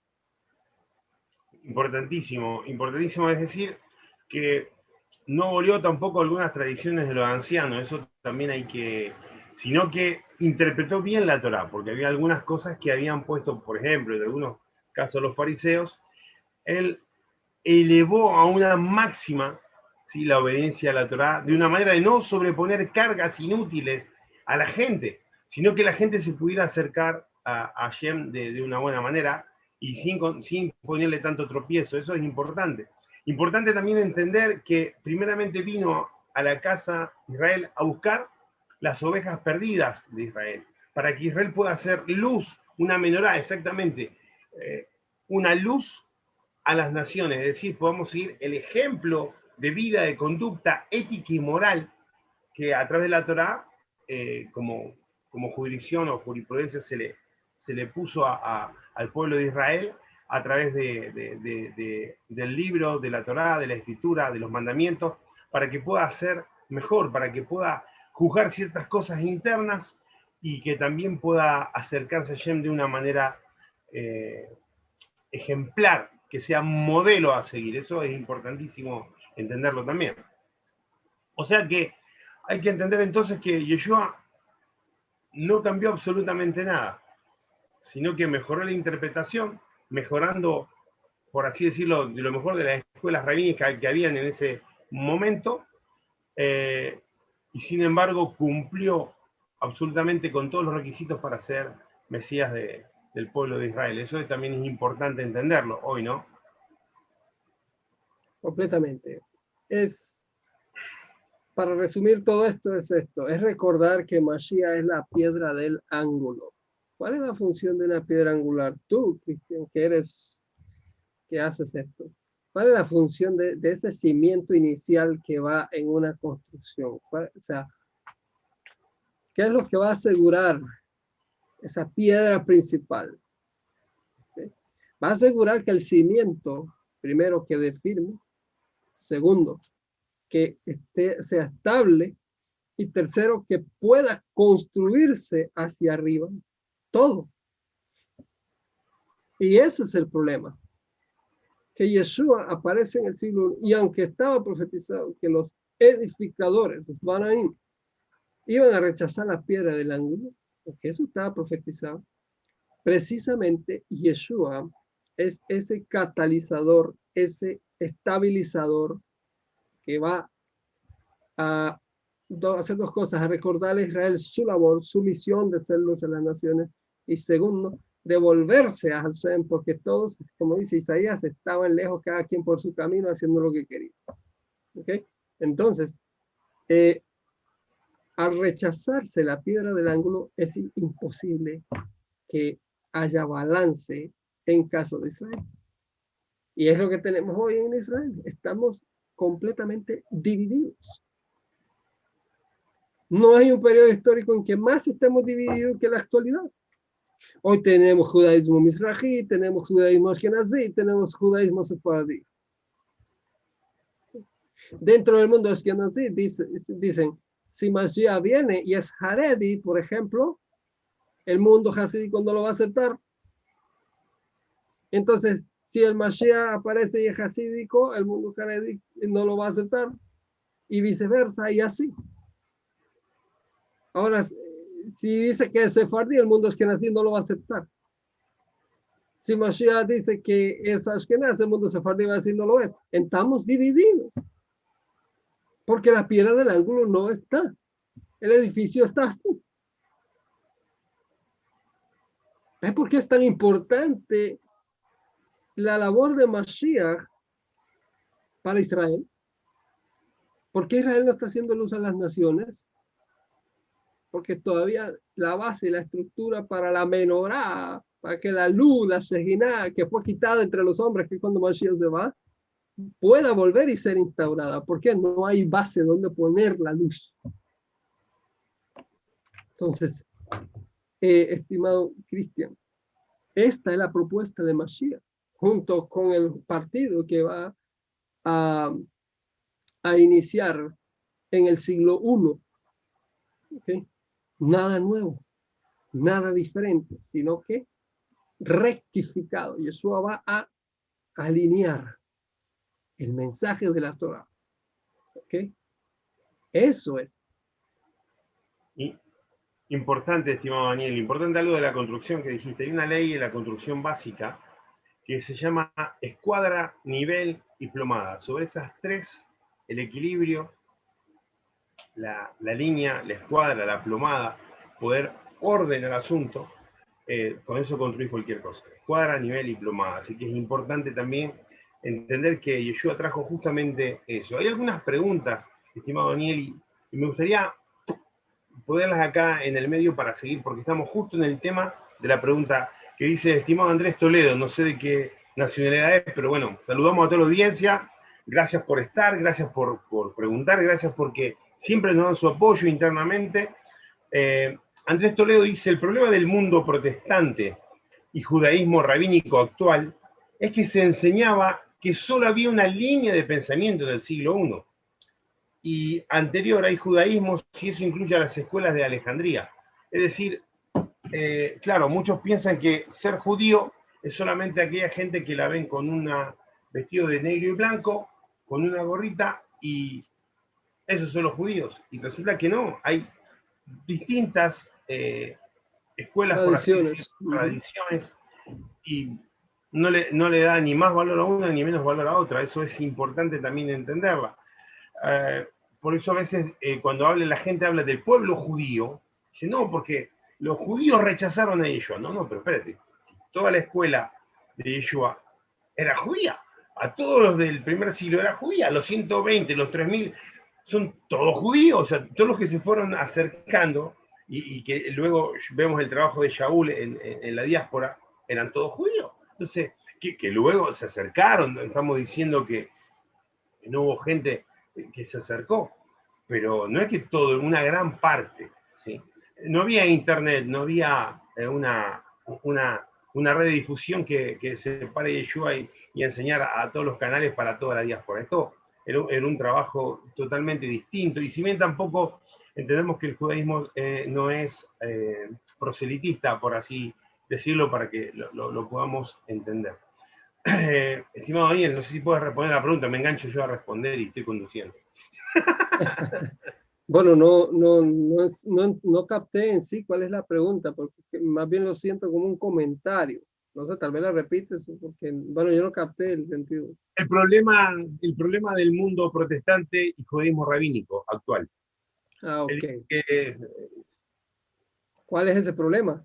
Importantísimo, importantísimo, es decir, que no abolió tampoco algunas tradiciones de los ancianos, eso también sino que interpretó bien la Torá, porque había algunas cosas que habían puesto, por ejemplo, en algunos casos los fariseos, él elevó a una máxima, ¿sí?, la obediencia a la Torá, de una manera de no sobreponer cargas inútiles a la gente, sino que la gente se pudiera acercar a Hashem de una buena manera y sin ponerle tanto tropiezo. Eso es importante. Importante también entender que primeramente vino a la casa de Israel a buscar las ovejas perdidas de Israel, para que Israel pueda hacer luz, una menorá, exactamente, una luz a las naciones, es decir, podamos seguir el ejemplo de vida, de conducta ética y moral que a través de la Torá, como jurisdicción o jurisprudencia se le puso al pueblo de Israel a través del libro, de la Torá, de la escritura, de los mandamientos, para que pueda ser mejor, para que pueda juzgar ciertas cosas internas y que también pueda acercarse a Hashem de una manera ejemplar, que sea modelo a seguir. Eso es importantísimo entenderlo también. O sea que hay que entender entonces que Yeshua no cambió absolutamente nada, sino que mejoró la interpretación, mejorando, por así decirlo, de lo mejor de las escuelas rabínicas que habían en ese momento, y sin embargo cumplió absolutamente con todos los requisitos para ser Mesías del pueblo de Israel. Eso también es importante entenderlo hoy, ¿no? Completamente. Para resumir todo esto, es recordar que Mashiach es la piedra del ángulo. ¿Cuál es la función de una piedra angular? Tú, Cristian, que haces esto. ¿Cuál es la función de ese cimiento inicial que va en una construcción? O sea, ¿qué es lo que va a asegurar esa piedra principal? ¿Sí? Va a asegurar que el cimiento, primero, quede firme. Segundo, que sea estable. Y tercero, que pueda construirse hacia arriba. Todo. Y ese es el problema. Que Yeshua aparece en el siglo I, y aunque estaba profetizado que los edificadores, los Banaim, iban a rechazar la piedra del ángulo, porque eso estaba profetizado, precisamente Yeshua es ese catalizador, ese estabilizador que va a hacer dos cosas: a recordarle a Israel su labor, su misión de ser luz de las naciones, y segundo, devolverse a Hashem, porque todos, como dice Isaías, estaban lejos, cada quien por su camino, haciendo lo que quería. ¿Okay? Entonces, al rechazarse la piedra del ángulo, es imposible que haya balance en caso de Israel. Y es lo que tenemos hoy en Israel. Estamos completamente divididos. No hay un periodo histórico en que más estemos divididos que la actualidad. Hoy tenemos judaísmo mizrahi, tenemos judaísmo ashkenazí, tenemos judaísmo sefardí. Dentro del mundo ashkenazí dicen, si Mashiach viene y es Haredi, por ejemplo, el mundo hasídico no lo va a aceptar. Entonces, si el Mashiach aparece y es hasídico, el mundo Haredi no lo va a aceptar. Y viceversa, y así. Ahora, si dice que es sefardí, el mundo ashkenazí no lo va a aceptar. Si Mashiach dice que es ashkenaz, el mundo sefardí va a decir no lo es. Estamos divididos. Porque la piedra del ángulo no está. El edificio está así. ¿Es por qué es tan importante la labor de Mashiach para Israel? ¿Por qué Israel no está haciendo luz a las naciones? Porque todavía la base, la estructura para la menorá, para que la luz, la Shekinah, que fue quitada entre los hombres, que cuando Mashiach se va, pueda volver y ser instaurada. Porque no hay base donde poner la luz. Entonces, estimado Cristian, esta es la propuesta de Mashiach, junto con el partido que va a iniciar en el siglo I. ¿Okay? Nada nuevo, nada diferente, sino que rectificado. Yeshua va a alinear el mensaje de la Torah. ¿Okay? Eso es. Importante, estimado Daniel, importante algo de la construcción que dijiste. Hay una ley de la construcción básica que se llama escuadra, nivel y plomada. Sobre esas tres, el equilibrio, la línea, la escuadra, la plomada, poder ordenar el asunto, con eso construir cualquier cosa. Escuadra, nivel y plomada. Así que es importante también entender que Yeshua trajo justamente eso. Hay algunas preguntas, estimado Daniel, y me gustaría ponerlas acá en el medio para seguir, porque estamos justo en el tema de la pregunta que dice, estimado Andrés Toledo, no sé de qué nacionalidad es, pero bueno, saludamos a toda la audiencia, gracias por estar, gracias por preguntar, gracias porque siempre nos dan su apoyo internamente. Andrés Toledo dice, el problema del mundo protestante y judaísmo rabínico actual es que se enseñaba que solo había una línea de pensamiento del siglo I, y anterior hay judaísmo, si eso incluye a las escuelas de Alejandría. Es decir, claro, muchos piensan que ser judío es solamente aquella gente que la ven con un vestido de negro y blanco, con una gorrita, y esos son los judíos. Y resulta que no, hay distintas escuelas, por así Tradiciones. decirlo, tradiciones, y no le da ni más valor a una ni menos valor a otra. Eso es importante también entenderla. Por eso a veces cuando la gente habla del pueblo judío, dice, no, porque los judíos rechazaron a Yeshua. No, no, pero espérate, toda la escuela de Yeshua era judía. A todos los del primer siglo era judía. Los 120, los 3000, son todos judíos. O sea, todos los que se fueron acercando y que luego vemos el trabajo de Shaul en la diáspora, eran todos judíos. Entonces, que luego se acercaron. Estamos diciendo que no hubo gente que se acercó, pero no es que todo, una gran parte, ¿sí? No había internet, no había una red de difusión que separe Yeshua y enseñar a todos los canales para toda la diáspora. Esto era un trabajo totalmente distinto, y si bien tampoco entendemos que el judaísmo no es proselitista, por así decirlo, para que lo podamos entender. Estimado Daniel, no sé si puedes responder la pregunta, me engancho yo a responder y estoy conduciendo. Bueno, no capté en sí cuál es la pregunta, porque más bien lo siento como un comentario. No sé, tal vez la repites, porque, bueno, yo no capté el sentido. El problema del mundo protestante y judaísmo rabínico actual. Ah, ok. Él, ¿Cuál es ese problema?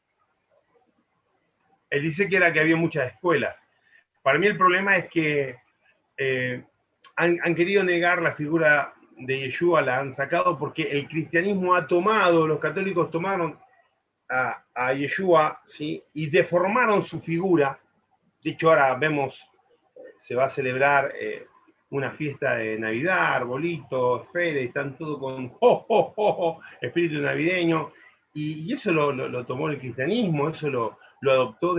él dice que era que había muchas escuelas. Para mí el problema es que han querido negar la figura de Yeshua, la han sacado porque el cristianismo ha tomado, los católicos tomaron a Yeshua, ¿sí? Y deformaron su figura. De hecho, ahora vemos, se va a celebrar una fiesta de Navidad, arbolitos, feria, están todo con espíritu navideño, y eso lo tomó el cristianismo, eso lo adoptó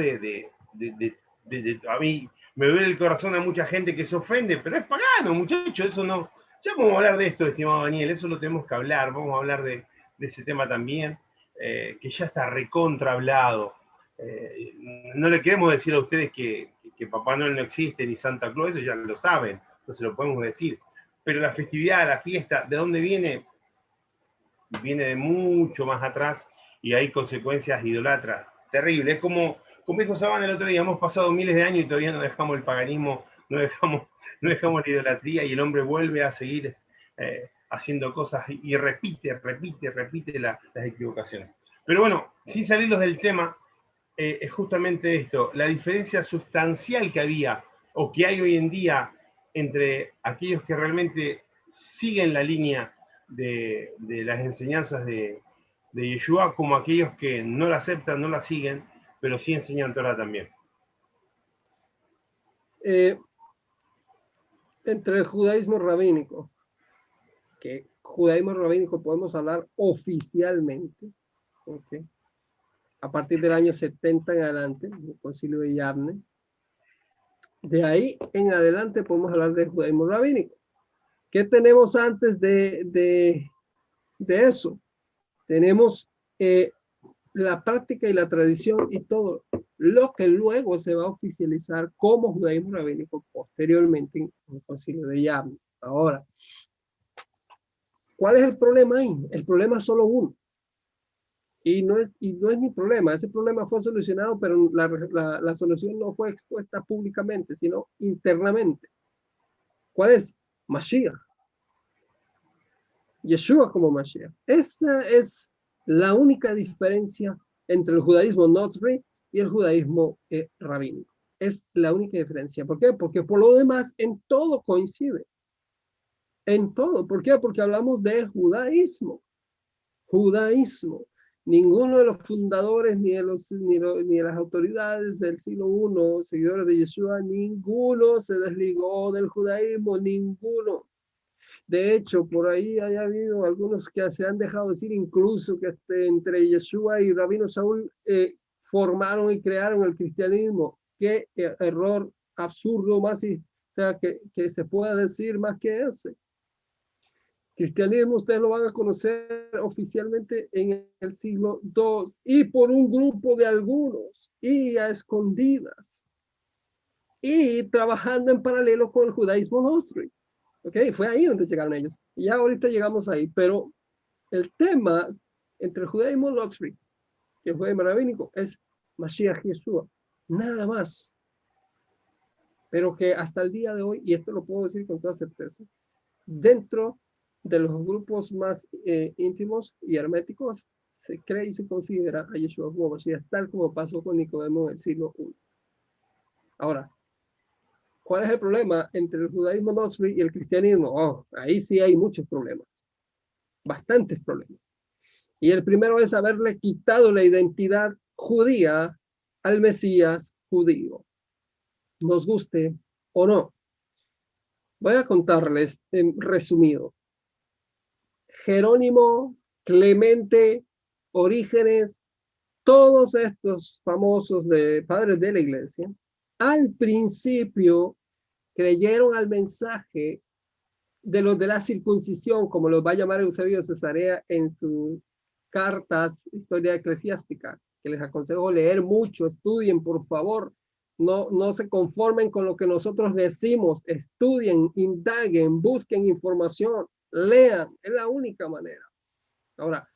a mí me duele el corazón a mucha gente que se ofende, pero es pagano, muchachos, eso no. Ya vamos a hablar de esto, estimado Daniel, eso lo tenemos que hablar, vamos a hablar de ese tema también, que ya está recontra hablado. No le queremos decir a ustedes que Papá Noel no existe ni Santa Claus, eso ya lo saben, no se lo podemos decir. Pero la festividad, la fiesta, ¿de dónde viene? Viene de mucho más atrás y hay consecuencias idolatras terribles. Es como dijo Sabana el otro día, hemos pasado miles de años y todavía no dejamos el paganismo, no dejamos la idolatría, y el hombre vuelve a seguir haciendo cosas y repite las equivocaciones. Pero bueno, sin salirnos del tema, es justamente esto, la diferencia sustancial que había o que hay hoy en día entre aquellos que realmente siguen la línea de las enseñanzas de Yeshua, como aquellos que no la aceptan, no la siguen, pero sí enseñan Torah también. Entre el judaísmo rabínico, que judaísmo rabínico podemos hablar oficialmente, ¿okay? A partir del año 70 en adelante, el concilio de Yavne. De ahí en adelante podemos hablar del judaísmo rabínico. ¿Qué tenemos antes de eso? Tenemos la práctica y la tradición y todo lo que luego se va a oficializar como judaísmo rabínico posteriormente en el concilio de Yavne. Ahora, ¿cuál es el problema ahí? El problema es solo uno. Y no es mi problema. Ese problema fue solucionado, pero la solución no fue expuesta públicamente, sino internamente. ¿Cuál es? Mashiach. Yeshua como Mashiach. Esa es la única diferencia entre el judaísmo notri y el judaísmo rabínico. Es la única diferencia. ¿Por qué? Porque por lo demás en todo coincide. En todo. ¿Por qué? Porque hablamos de judaísmo. Judaísmo. Ninguno de los fundadores ni de las autoridades del siglo I, seguidores de Yeshua, ninguno se desligó del judaísmo, ninguno. De hecho, por ahí haya habido algunos que se han dejado decir incluso que entre Yeshua y Rabino Saúl formaron y crearon el cristianismo. Qué error absurdo más, o sea, que se pueda decir más que ese. Cristianismo ustedes lo van a conocer oficialmente en el siglo II y por un grupo de algunos y a escondidas y trabajando en paralelo con el judaísmo nostri. ¿Ok? Fue ahí donde llegaron ellos. Y ya ahorita llegamos ahí, pero el tema entre el judaísmo Notzri y el judaísmo rabínico es Mashiach Yeshua, nada más. Pero que hasta el día de hoy, y esto lo puedo decir con toda certeza, dentro de los grupos más íntimos y herméticos, se cree y se considera a Yeshua como Mashiach, tal como pasó con Nicodemo en el siglo I. Ahora, ¿cuál es el problema entre el judaísmo Notzri y el cristianismo? Oh, ahí sí hay muchos problemas, bastantes problemas. Y el primero es haberle quitado la identidad judía al Mesías judío, nos guste o no. Voy a contarles en resumido. Jerónimo, Clemente, Orígenes, todos estos famosos padres de la iglesia, al principio creyeron al mensaje de los de la circuncisión, como los va a llamar Eusebio de Cesarea en sus cartas, historia eclesiástica, que les aconsejo leer mucho, estudien, por favor. No se conformen con lo que nosotros decimos, estudien, indaguen, busquen información, lean, es la única manera. Ahora,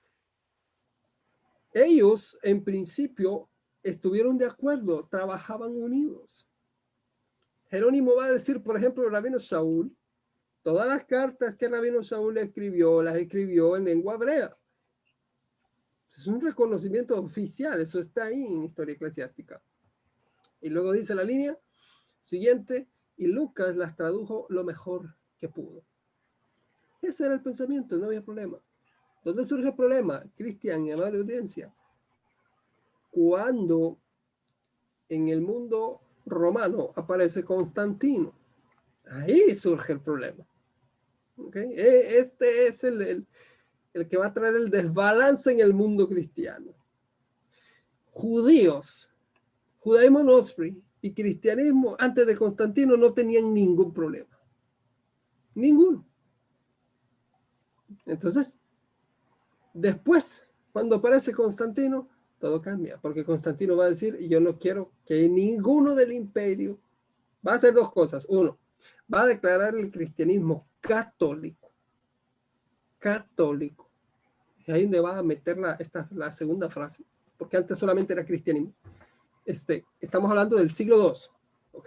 ellos en principio estuvieron de acuerdo, trabajaban unidos. Jerónimo va a decir, por ejemplo, el rabino Shaul, todas las cartas que el rabino Shaul escribió, las escribió en lengua hebrea. Es un reconocimiento oficial, eso está ahí en historia eclesiástica. Y luego dice la línea siguiente, y Lucas las tradujo lo mejor que pudo. Ese era el pensamiento, no había problema. ¿Dónde surge el problema, Cristian y amable audiencia? Cuando en el mundo romano aparece Constantino. Ahí surge el problema. ¿Okay? Este es el que va a traer el desbalance en el mundo cristiano. Judíos, judaísmo Notzri y cristianismo antes de Constantino no tenían ningún problema. Ninguno. Entonces, después, cuando aparece Constantino, todo cambia, porque Constantino va a decir, yo no quiero que ninguno del imperio, va a hacer dos cosas. Uno, va a declarar el cristianismo católico. Católico. Y ahí donde va a meter la segunda frase, porque antes solamente era cristianismo. Estamos hablando del siglo II, ¿ok?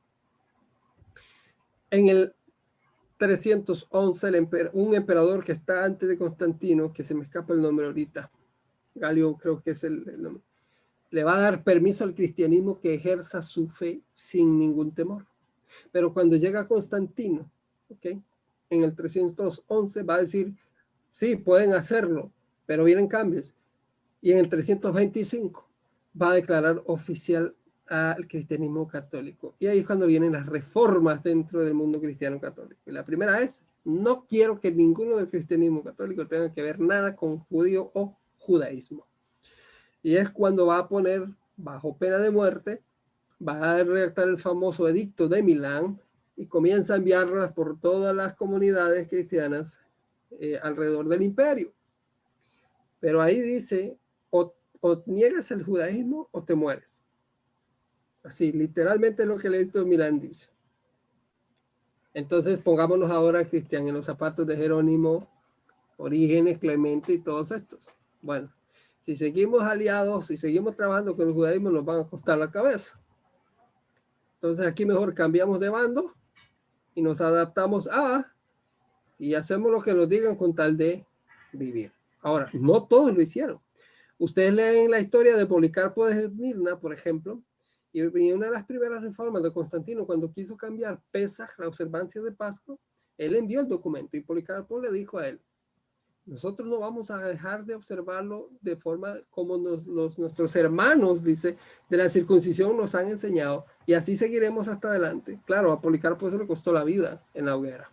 En el 311, un emperador que está antes de Constantino, que se me escapa el nombre ahorita, Galio creo que es el nombre, le va a dar permiso al cristianismo que ejerza su fe sin ningún temor. Pero cuando llega Constantino, ¿ok? En el 311 va a decir, sí, pueden hacerlo, pero vienen cambios. Y en el 325 va a declarar oficial al cristianismo católico. Y ahí es cuando vienen las reformas dentro del mundo cristiano católico. Y la primera es, no quiero que ninguno del cristianismo católico tenga que ver nada con judío o judaísmo. Y es cuando va a poner bajo pena de muerte, va a redactar el famoso edicto de Milán y comienza a enviarlas por todas las comunidades cristianas alrededor del imperio. Pero ahí dice, o niegas el judaísmo o te mueres. Así, literalmente es lo que el edicto de Milán dice. Entonces pongámonos ahora, Cristian, en los zapatos de Jerónimo, Orígenes, Clemente y todos estos. Bueno, si seguimos aliados, si seguimos trabajando con el judaísmo, nos van a costar la cabeza. Entonces aquí mejor cambiamos de bando y nos adaptamos y hacemos lo que nos digan con tal de vivir. Ahora, no todos lo hicieron. Ustedes leen la historia de Policarpo de Esmirna, por ejemplo, y una de las primeras reformas de Constantino, cuando quiso cambiar Pesaj, la observancia de Pascua, él envió el documento y Policarpo le dijo a él, nosotros no vamos a dejar de observarlo de forma como nuestros hermanos, dice, de la circuncisión nos han enseñado, y así seguiremos hasta adelante. Claro, a Policarpo eso le costó la vida en la hoguera.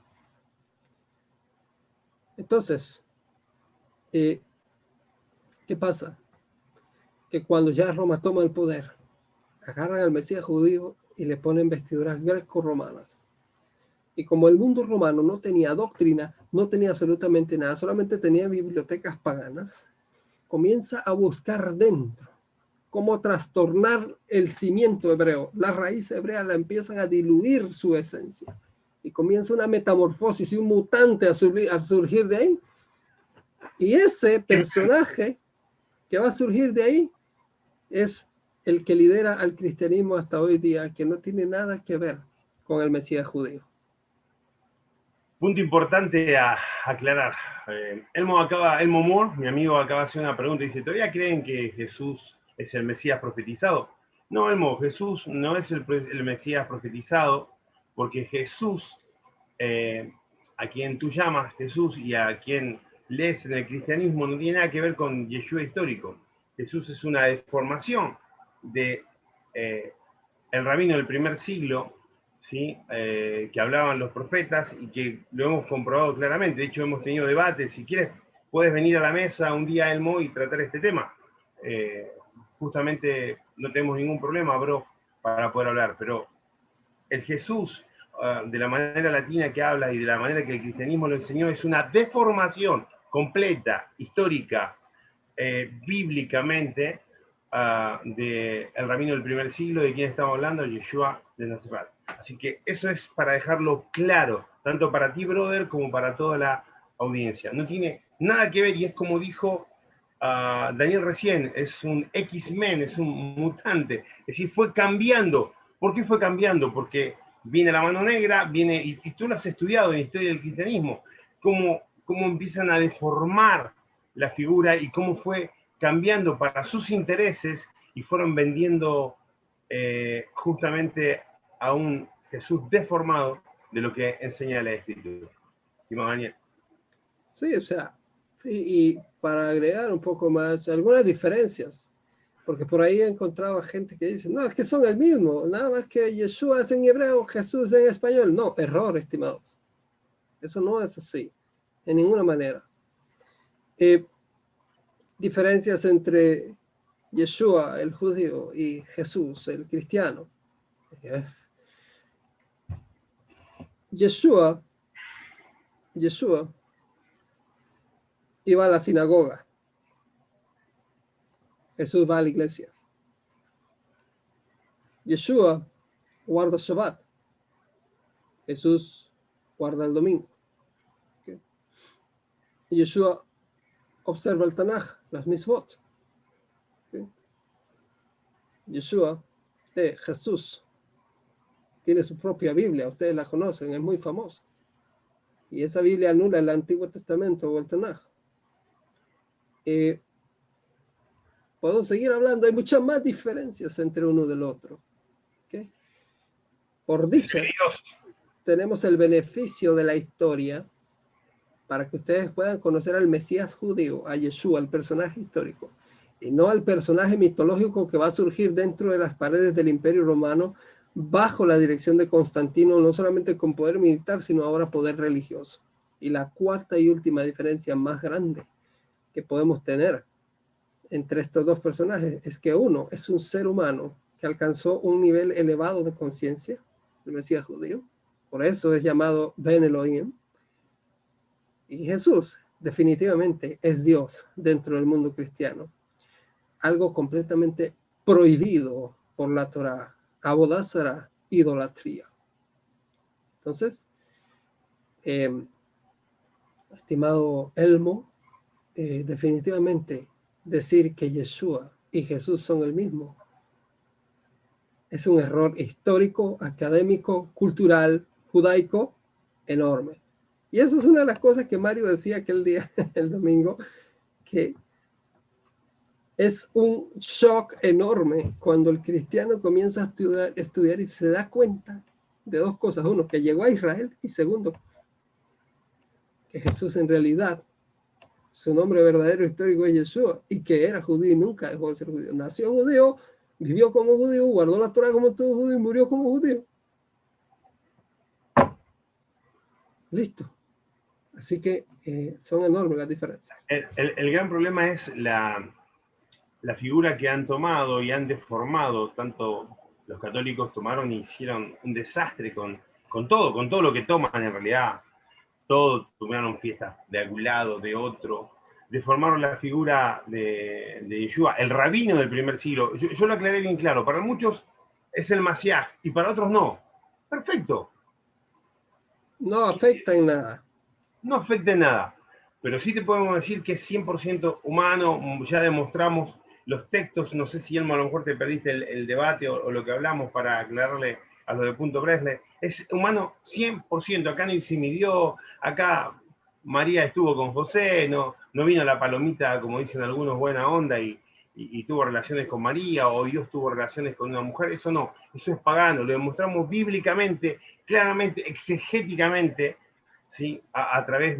Entonces, ¿qué pasa? Que cuando ya Roma toma el poder, agarran al Mesías judío y le ponen vestiduras greco-romanas. Y como el mundo romano no tenía doctrina, no tenía absolutamente nada, solamente tenía bibliotecas paganas, comienza a buscar dentro cómo trastornar el cimiento hebreo. La raíz hebrea la empiezan a diluir su esencia. Y comienza una metamorfosis y un mutante a surgir de ahí, Y ese personaje que va a surgir de ahí es el que lidera al cristianismo hasta hoy día, que no tiene nada que ver con el Mesías judío. Punto importante a aclarar. Elmo Moore, mi amigo, acaba de hacer una pregunta. Dice, ¿todavía creen que Jesús es el Mesías profetizado? No, Elmo, Jesús no es el Mesías profetizado, porque Jesús, a quien tú llamas Jesús y a quien lees en el cristianismo, no tiene nada que ver con Yeshua histórico. Jesús es una deformación de el rabino del primer siglo, ¿sí? Que hablaban los profetas y que lo hemos comprobado claramente. De hecho, hemos tenido debates. Si quieres, puedes venir a la mesa un día, Elmo, y tratar este tema. Justamente no tenemos ningún problema, bro, para poder hablar. Pero el Jesús, de la manera latina que habla y de la manera que el cristianismo lo enseñó, es una deformación completa, histórica, bíblicamente, del rabino del primer siglo, de quien estamos hablando, Yeshua de Nazaret. Así que eso es para dejarlo claro, tanto para ti, brother, como para toda la audiencia. No tiene nada que ver, y es como dijo Daniel recién, es un X-Men, es un mutante. Es decir, fue cambiando. ¿Por qué fue cambiando? Porque viene la mano negra, viene, y tú lo has estudiado en la historia del cristianismo, cómo empiezan a deformar la figura y cómo fue cambiando para sus intereses y fueron vendiendo justamente a un Jesús deformado de lo que enseña la Escritura. Daniel. Sí, o sea, y para agregar un poco más, algunas diferencias, porque por ahí he encontrado gente que dice, no, es que son el mismo, nada más que Yeshua es en hebreo, Jesús en español. No, error, estimados. Eso no es así, de ninguna manera. Diferencias entre Yeshua, el judío, y Jesús, el cristiano. Yeshua iba a la sinagoga. Jesús va a la iglesia. Yeshua guarda Shabbat. Jesús guarda el domingo. ¿Okay? Yeshua observa el Tanaj, las Mitzvot. ¿Okay? Yeshua, Jesús, tiene su propia Biblia, ustedes la conocen, es muy famosa. Y esa Biblia anula el Antiguo Testamento o el Tanaj. Puedo seguir hablando, hay muchas más diferencias entre uno del otro. ¿Okay? Por dicha, tenemos el beneficio de la historia para que ustedes puedan conocer al Mesías judío, a Yeshua, al personaje histórico, y no al personaje mitológico que va a surgir dentro de las paredes del Imperio Romano bajo la dirección de Constantino, no solamente con poder militar, sino ahora poder religioso. Y la cuarta y última diferencia más grande que podemos tener entre estos dos personajes es que uno es un ser humano que alcanzó un nivel elevado de conciencia, el Mesías judío, por eso es llamado Ben Elohim, y Jesús definitivamente es Dios dentro del mundo cristiano, algo completamente prohibido por la Torá, Abodá Zará, idolatría. Entonces, estimado Elmo, definitivamente decir que Yeshua y Jesús son el mismo es un error histórico, académico, cultural, judaico, enorme. Y eso es una de las cosas que Mario decía aquel día, el domingo, que es un shock enorme cuando el cristiano comienza a estudiar y se da cuenta de dos cosas. Uno, que llegó a Israel, y segundo, que Jesús en realidad, su nombre verdadero histórico es Yeshua, y que era judío y nunca dejó de ser judío. Nació judío, vivió como judío, guardó la Torá como todo judío y murió como judío. Listo. Así que son enormes las diferencias. El gran problema es la figura que han tomado y han deformado. Tanto los católicos tomaron y hicieron un desastre con todo lo que toman en realidad. Todos tuvieron fiestas de algún lado, de otro. Deformaron la figura de Yeshua, el rabino del primer siglo. Yo lo aclaré bien claro. Para muchos es el Mashiach y para otros no. Perfecto. No afecta en nada. No afecta en nada. pero sí te podemos decir que es 100% humano. Ya demostramos los textos, no sé si Elmo a lo mejor te perdiste el debate o lo que hablamos para aclararle a los de Punto Bresle. Es humano 100%, acá no se midió, acá María estuvo con José, no vino la palomita, como dicen algunos, buena onda y tuvo relaciones con María, o Dios tuvo relaciones con una mujer. Eso no, eso es pagano, lo demostramos bíblicamente, claramente, exegéticamente, ¿sí? A través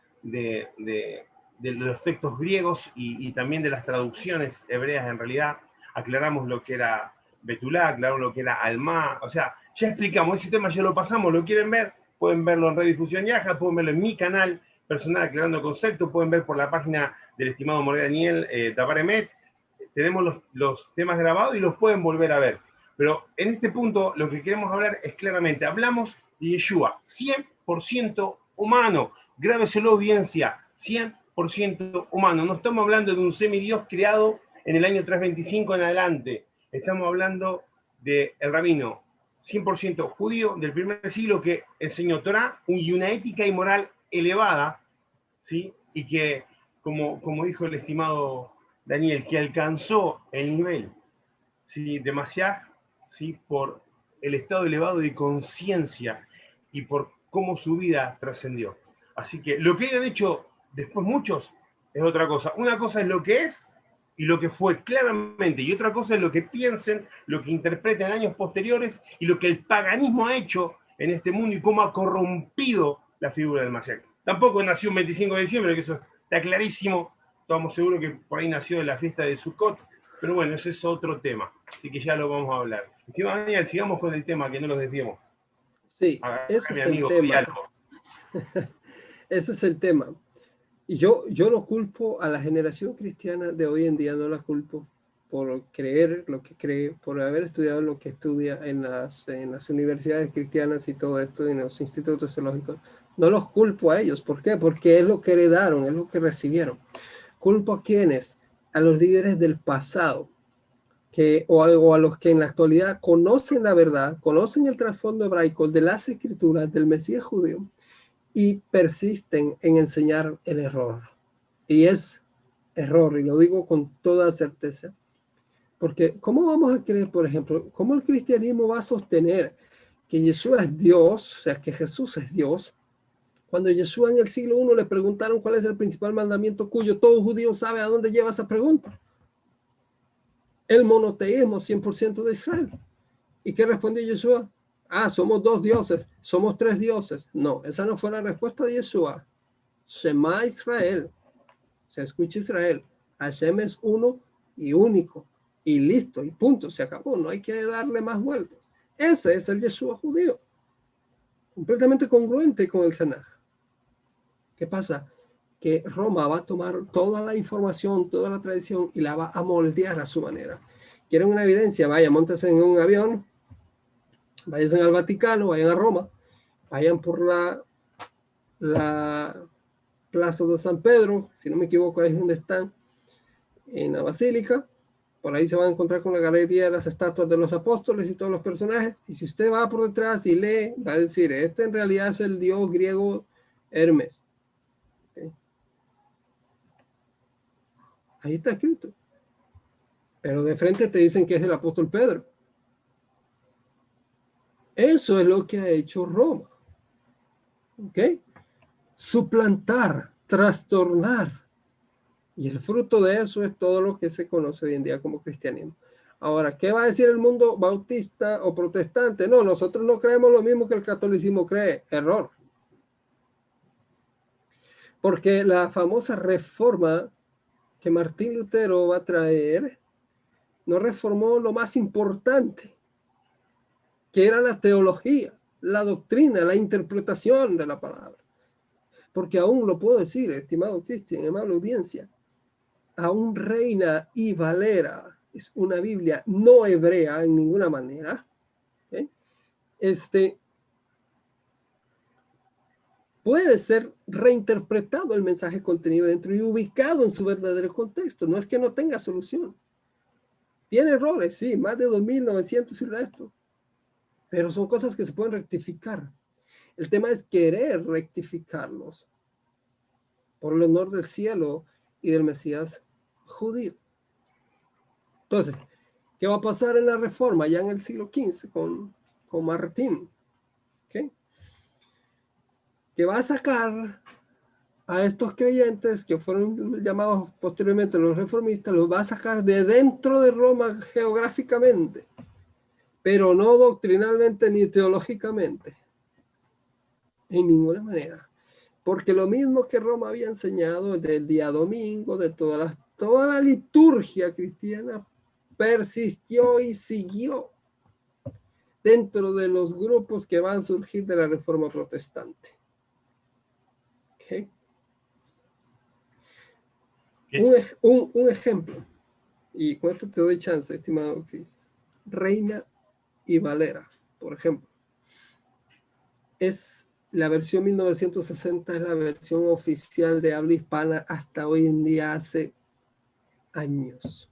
de los textos griegos y también de las traducciones hebreas. En realidad aclaramos lo que era Betulá, aclaramos lo que era Alma, o sea, ya explicamos, ese tema ya lo pasamos. Lo quieren ver, pueden verlo en Redifusión Yaja, pueden verlo en mi canal personal Aclarando Conceptos, pueden ver por la página del estimado Moré Daniel Tabaremet. Tenemos los temas grabados y los pueden volver a ver. Pero en este punto lo que queremos hablar es claramente, hablamos de Yeshua, 100% humano. Grábeselo, audiencia, 100% humano. No estamos hablando de un semidios creado en el año 325 en adelante. Estamos hablando del rabino 100% judío del primer siglo que enseñó Torah y una ética y moral elevada, ¿sí? Y que, como dijo el estimado Daniel, que alcanzó el nivel, ¿sí? Demasiado, ¿sí? Por el estado elevado de conciencia y por cómo su vida trascendió. Así que lo que hayan hecho después muchos es otra cosa. Una cosa es lo que es y lo que fue claramente, y otra cosa es lo que piensen, lo que interpreten en años posteriores y lo que el paganismo ha hecho en este mundo y cómo ha corrompido la figura del Mashiach. Tampoco nació un 25 de diciembre, que eso está clarísimo. Estamos seguros que por ahí nació en la fiesta de Sukkot, pero bueno, ese es otro tema, así que ya lo vamos a hablar. Estimado Daniel, sigamos con el tema, que no los desviemos. Sí, A ese mi es el amigo tema. Villalco. Ese es el tema. Y yo no culpo a la generación cristiana de hoy en día, no la culpo por creer lo que cree, por haber estudiado lo que estudia en las universidades cristianas y todo esto, en los institutos teológicos. No los culpo a ellos. ¿Por qué? Porque es lo que heredaron, es lo que recibieron. ¿Culpo a quiénes? A los líderes del pasado, o a los que en la actualidad conocen la verdad, conocen el trasfondo hebraico de las escrituras del Mesías judío y persisten en enseñar el error. Y es error, y lo digo con toda certeza. Porque ¿cómo vamos a creer, por ejemplo, cómo el cristianismo va a sostener que Yeshua es Dios, o sea, que Jesús es Dios, cuando Yeshua en el siglo I le preguntaron cuál es el principal mandamiento cuyo todo judío sabe a dónde lleva esa pregunta? El monoteísmo 100% de Israel. ¿Y qué respondió Yeshua? Ah, somos dos dioses, somos tres dioses. No, esa no fue la respuesta de Yeshua. Shema Israel, se escucha Israel. Hashem es uno y único. Y listo, y punto, se acabó. No hay que darle más vueltas. Ese es el Yeshua judío. Completamente congruente con el Tanaj. ¿Qué pasa? Que Roma va a tomar toda la información, toda la tradición y la va a moldear a su manera. ¿Quieren una evidencia? Vaya, montense en un avión, vayan al Vaticano, vayan a Roma, vayan por la Plaza de San Pedro, si no me equivoco, ahí es donde están, en la Basílica. Por ahí se van a encontrar con la galería de las estatuas de los apóstoles y todos los personajes. Y si usted va por detrás y lee, va a decir, este en realidad es el dios griego Hermes. ¿Okay? Ahí está escrito. Pero de frente te dicen que es el apóstol Pedro. Eso es lo que ha hecho Roma. ¿Ok? Suplantar, trastornar. Y el fruto de eso es todo lo que se conoce hoy en día como cristianismo. Ahora, ¿qué va a decir el mundo bautista o protestante? No, nosotros no creemos lo mismo que el catolicismo cree. Error. Porque la famosa reforma que Martín Lutero va a traer no reformó lo más importante, que era la teología, la doctrina, la interpretación de la palabra. Porque aún lo puedo decir, estimado Cristian, amable audiencia, aún Reina y Valera es una Biblia no hebrea en ninguna manera. ¿Okay? Puede ser reinterpretado el mensaje contenido dentro y ubicado en su verdadero contexto. No es que no tenga solución. Tiene errores, sí, más de 2.900 y resto. Pero son cosas que se pueden rectificar. El tema es querer rectificarlos. por el honor del cielo y del Mesías judío. Entonces, ¿qué va a pasar en la Reforma ya en el siglo XV con Martín? ¿Okay? Que va a sacar a estos creyentes que fueron llamados posteriormente los reformistas, los va a sacar de dentro de Roma geográficamente, pero no doctrinalmente ni teológicamente, en ninguna manera. Porque lo mismo que Roma había enseñado del día domingo, de toda la liturgia cristiana, persistió y siguió dentro de los grupos que van a surgir de la Reforma Protestante. ¿Okay? Un ejemplo, y con esto te doy chance, estimado Chris. Reina y Valera, por ejemplo, es la versión 1960, es la versión oficial de habla hispana hasta hoy en día, hace años.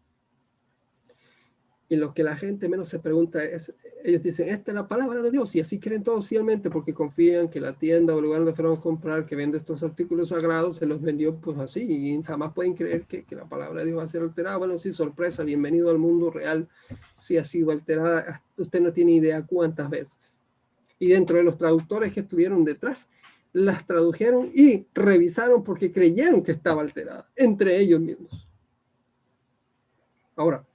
Y lo que la gente menos se pregunta es, ellos dicen, esta es la palabra de Dios, y así creen todos fielmente porque confían que la tienda o el lugar donde fueron a comprar, que vende estos artículos sagrados, se los vendió pues así, y jamás pueden creer que la palabra de Dios va a ser alterada. Bueno, sí, sorpresa, bienvenido al mundo real, sí ha sido alterada, usted no tiene idea cuántas veces. Y dentro de los traductores que estuvieron detrás, las tradujeron y revisaron porque creyeron que estaba alterada, entre ellos mismos. Ahora,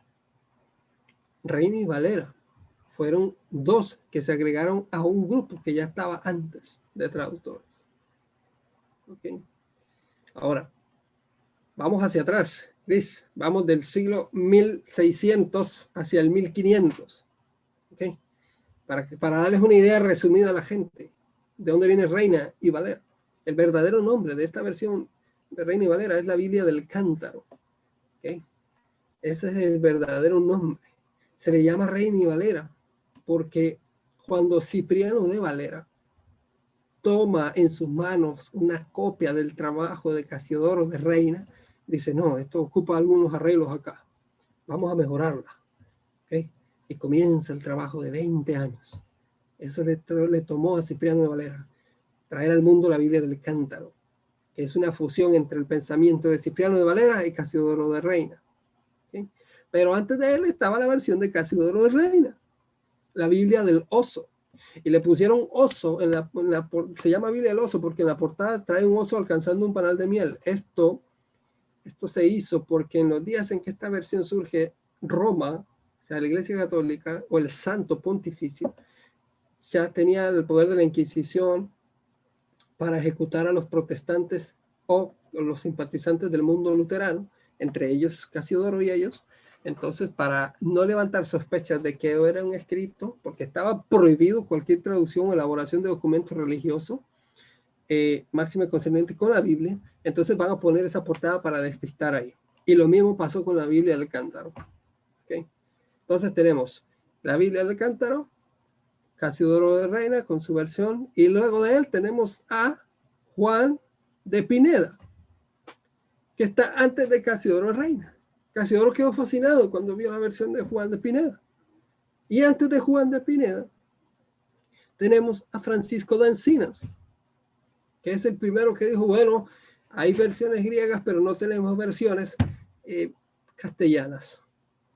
Reina y Valera fueron dos que se agregaron a un grupo que ya estaba antes de traductores. ¿Okay? Ahora, vamos hacia atrás, Chris. Vamos del siglo 1600 hacia el 1500. ¿Okay? Para darles una idea resumida a la gente de dónde viene Reina y Valera. El verdadero nombre de esta versión de Reina y Valera es la Biblia del Cántaro. ¿Okay? Ese es el verdadero nombre. Se le llama Reina y Valera porque cuando Cipriano de Valera toma en sus manos una copia del trabajo de Casiodoro de Reina, dice, no, esto ocupa algunos arreglos acá, vamos a mejorarla. ¿Okay? Y comienza el trabajo de 20 años. Eso le tomó a Cipriano de Valera traer al mundo la Biblia del Cántaro, que es una fusión entre el pensamiento de Cipriano de Valera y Casiodoro de Reina. ¿Okay? Pero antes de él estaba la versión de Casiodoro de Reina, la Biblia del oso. Y le pusieron oso, se llama Biblia del oso porque en la portada trae un oso alcanzando un panal de miel. Esto se hizo porque en los días en que esta versión surge, Roma, o sea, la Iglesia Católica o el Santo Pontificio, ya tenía el poder de la Inquisición para ejecutar a los protestantes o los simpatizantes del mundo luterano, entre ellos Casiodoro y ellos. Entonces, para no levantar sospechas de que era un escrito, porque estaba prohibido cualquier traducción o elaboración de documentos religiosos, máxime concerniente con la Biblia, entonces van a poner esa portada para despistar ahí. Y lo mismo pasó con la Biblia del Cántaro. ¿Okay? Entonces tenemos la Biblia del Cántaro, Casiodoro de Reina con su versión, y luego de él tenemos a Juan de Pineda, que está antes de Casiodoro de Reina. Casiodoro quedó fascinado cuando vio la versión de Juan de Pineda. Y antes de Juan de Pineda, tenemos a Francisco de Encinas, que es el primero que dijo, bueno, hay versiones griegas, pero no tenemos versiones castellanas.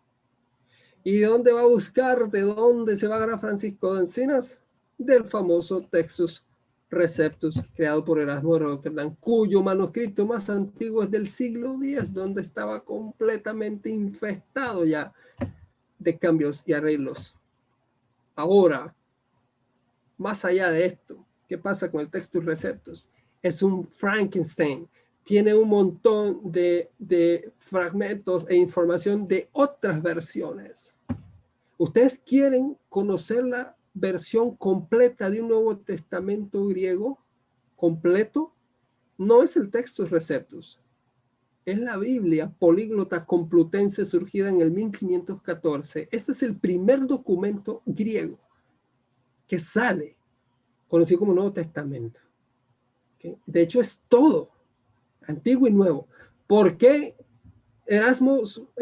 ¿Y de dónde va a buscar? ¿De dónde se va a agarrar Francisco de Encinas? Del famoso Textus Receptus, creado por Erasmo de Rotterdam, cuyo manuscrito más antiguo es del siglo X, donde estaba completamente infestado ya de cambios y arreglos. Ahora, más allá de esto, ¿qué pasa con el Textus Receptus? Es un Frankenstein. Tiene un montón de fragmentos e información de otras versiones. ¿Ustedes quieren conocer la versión completa de un Nuevo Testamento griego completo? No es el Textus Receptus. Es la Biblia políglota complutense surgida en el 1514. Ese es el primer documento griego que sale, conocido como Nuevo Testamento. ¿Okay? De hecho, es todo, antiguo y nuevo. ¿Por qué Erasmo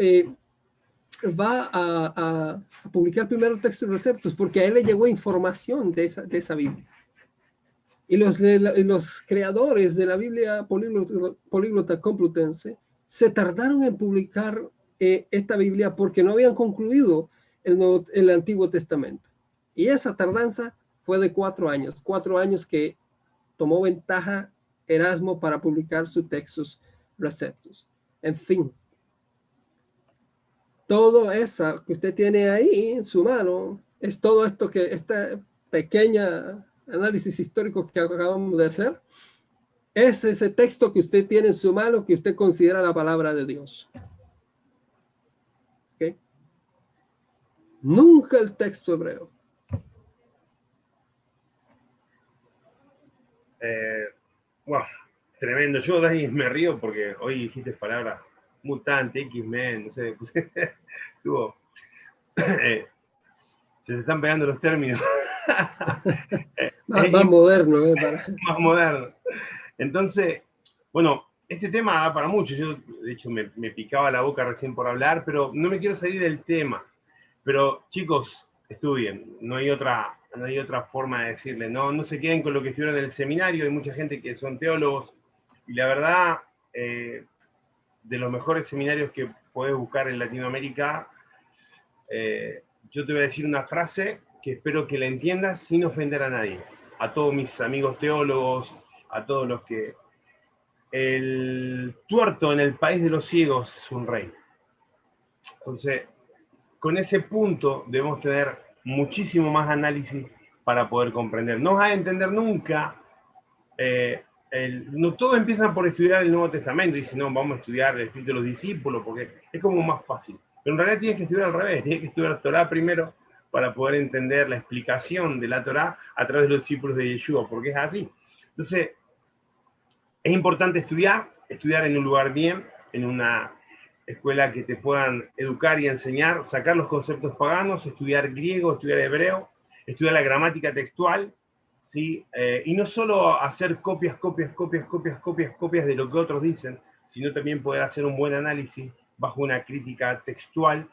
va a publicar primero el Textus Receptus? Porque a él le llegó información de esa Biblia. Y los creadores de la Biblia políglota complutense se tardaron en publicar esta Biblia porque no habían concluido el Antiguo Testamento. Y esa tardanza fue de 4 años que tomó ventaja Erasmo para publicar sus textos receptos. En fin, todo eso que usted tiene ahí en su mano es todo esto que esta pequeña análisis histórico que acabamos de hacer, es ese texto que usted tiene en su mano que usted considera la palabra de Dios. ¿Okay? Nunca el texto hebreo. Wow, tremendo. Yo, Dani, me río porque hoy dijiste palabras mutante, X-Men, no sé, estuvo... se te están pegando los términos. Más moderno, más moderno. Entonces, bueno, este tema da para mucho. Yo, de hecho, me picaba la boca recién por hablar, pero no me quiero salir del tema. Pero, chicos, estudien. No hay otra forma de decirle. No se queden con lo que estuvieron en el seminario. Hay mucha gente que son teólogos. Y la verdad, de los mejores seminarios que podés buscar en Latinoamérica, yo te voy a decir una frase que espero que la entiendas sin ofender a nadie. A todos mis amigos teólogos, a todos los que... El tuerto en el país de los ciegos es un rey. Entonces, con ese punto debemos tener muchísimo más análisis para poder comprender. No vas a entender nunca, no todos empiezan por estudiar el Nuevo Testamento y dicen, no, vamos a estudiar el Espíritu de los discípulos porque es como más fácil. Pero en realidad tienes que estudiar al revés, tienes que estudiar la Torá primero para poder entender la explicación de la Torá a través de los discípulos de Yeshua, porque es así. Entonces, es importante estudiar en un lugar bien, en una escuela que te puedan educar y enseñar, sacar los conceptos paganos, estudiar griego, estudiar hebreo, estudiar la gramática textual, ¿sí? Y no solo hacer copias de lo que otros dicen, sino también poder hacer un buen análisis bajo una crítica textual,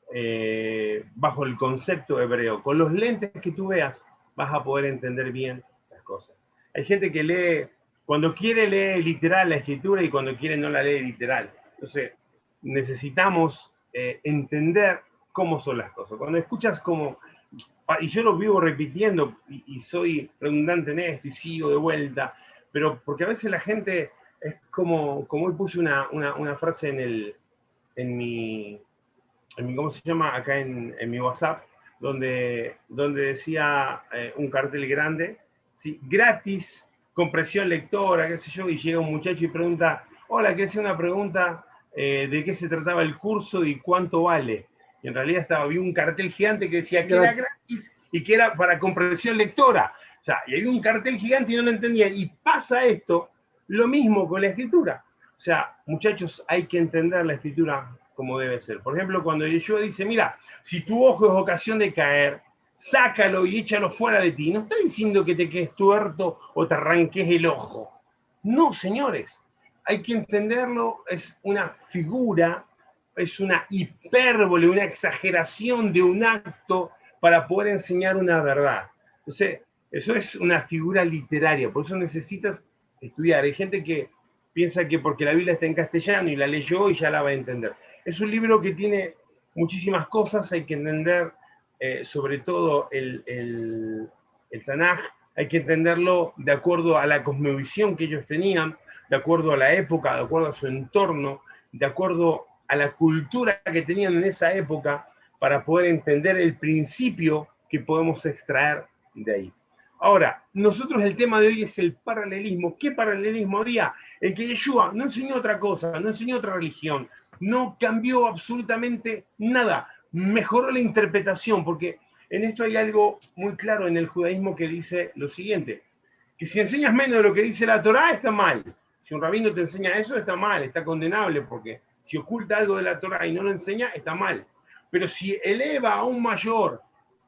bajo el concepto hebreo. Con los lentes que tú veas, vas a poder entender bien las cosas. Hay gente que lee, cuando quiere lee literal la escritura y cuando quiere no la lee literal. Entonces, necesitamos entender cómo son las cosas. Cuando escuchas como, y yo lo vivo repitiendo y soy redundante en esto y sigo de vuelta, pero porque a veces la gente es como hoy puse una frase en mi, ¿cómo se llama? Acá en mi WhatsApp, donde decía un cartel grande, ¿sí? Gratis, compresión lectora, qué sé yo, y llega un muchacho y pregunta, hola, quiero hacer una pregunta de qué se trataba el curso y cuánto vale. Y en realidad había un cartel gigante que decía que era gratis y que era para compresión lectora. O sea, y había un cartel gigante y no lo entendía. Y pasa esto, lo mismo con la escritura. O sea, muchachos, hay que entender la escritura como debe ser. Por ejemplo, cuando Yeshua dice, mira, si tu ojo es ocasión de caer, sácalo y échalo fuera de ti. No está diciendo que te quedes tuerto o te arranques el ojo. No, señores. Hay que entenderlo, es una figura, es una hipérbole, una exageración de un acto para poder enseñar una verdad. Entonces, eso es una figura literaria, por eso necesitas estudiar. Hay gente que piensa que porque la Biblia está en castellano y la leyó y ya la va a entender. Es un libro que tiene muchísimas cosas, hay que entender sobre todo el Tanaj, hay que entenderlo de acuerdo a la cosmovisión que ellos tenían, de acuerdo a la época, de acuerdo a su entorno, de acuerdo a la cultura que tenían en esa época, para poder entender el principio que podemos extraer de ahí. Ahora, nosotros el tema de hoy es el paralelismo. ¿Qué paralelismo había? El que Yeshua no enseñó otra cosa, no enseñó otra religión, no cambió absolutamente nada, mejoró la interpretación, porque en esto hay algo muy claro en el judaísmo que dice lo siguiente, que si enseñas menos de lo que dice la Torá, está mal. Si un rabino te enseña eso, está mal, está condenable, porque si oculta algo de la Torá y no lo enseña, está mal. Pero si eleva a un mayor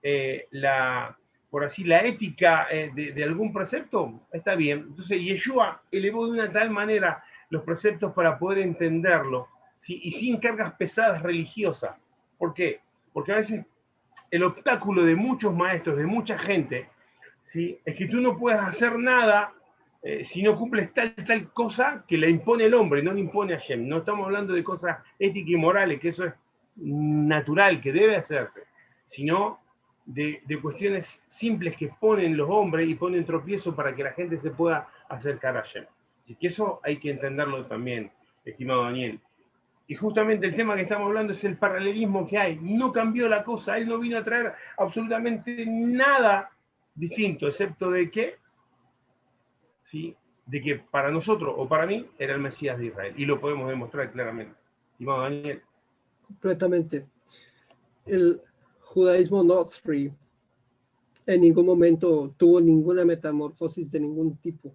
por así, la ética de algún precepto, está bien. Entonces, Yeshua elevó de una tal manera los preceptos para poder entenderlo, ¿sí? Y sin cargas pesadas religiosas. ¿Por qué? Porque a veces el obstáculo de muchos maestros, de mucha gente, ¿sí? Es que tú no puedes hacer nada si no cumples tal cosa que le impone el hombre, no le impone a Hashem. No estamos hablando de cosas éticas y morales, que eso es natural, que debe hacerse, sino de cuestiones simples que ponen los hombres y ponen tropiezo para que la gente se pueda acercar a Hashem. Así que eso hay que entenderlo también, estimado Daniel. Y justamente el tema que estamos hablando es el paralelismo que hay. No cambió la cosa, él no vino a traer absolutamente nada distinto, excepto de que, ¿sí? De que para nosotros o para mí era el Mesías de Israel. Y lo podemos demostrar claramente. Estimado Daniel. Completamente. El judaísmo Notzri en ningún momento tuvo ninguna metamorfosis de ningún tipo.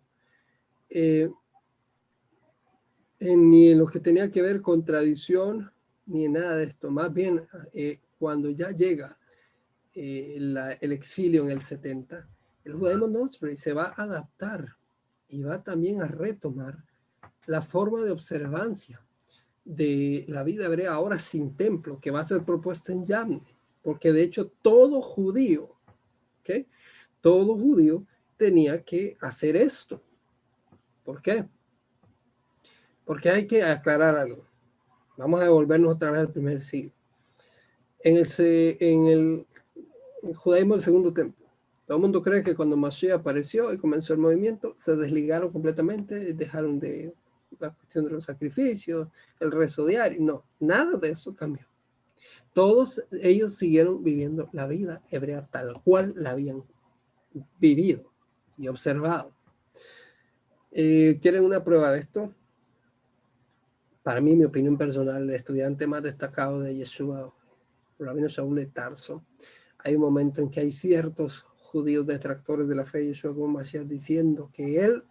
Ni en lo que tenía que ver con tradición, ni en nada de esto. Más bien, cuando ya llega el exilio en el 70, el judaísmo Notzri se va a adaptar y va también a retomar la forma de observancia de la vida hebrea ahora sin templo, que va a ser propuesta en Yavne, porque de hecho todo judío, ¿okay? Todo judío tenía que hacer esto. ¿Por qué? Porque hay que aclarar algo. Vamos a devolvernos otra vez al primer siglo. En el judaísmo del segundo templo, todo el mundo cree que cuando Mashiach apareció y comenzó el movimiento, se desligaron completamente, dejaron de la cuestión de los sacrificios, el rezo diario. No, nada de eso cambió. Todos ellos siguieron viviendo la vida hebrea tal cual la habían vivido y observado. ¿Quieren una prueba de esto? Para mí, mi opinión personal, el estudiante más destacado de Yeshua, Rabino Shaul de Tarso, hay un momento en que hay ciertos judíos detractores de la fe de Yeshua como Mashiach diciendo que él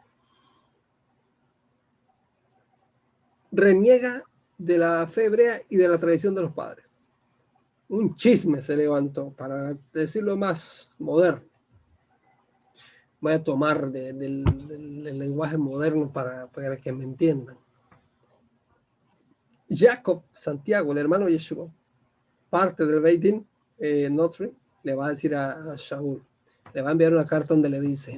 reniega de la fe hebrea y de la tradición de los padres. Un chisme se levantó, para decirlo más moderno. Voy a tomar del lenguaje moderno para que me entiendan. Jacob Santiago, el hermano de Yeshua, parte del Beit Din Notzri, le va a decir a Shaul, le va a enviar una carta donde le dice: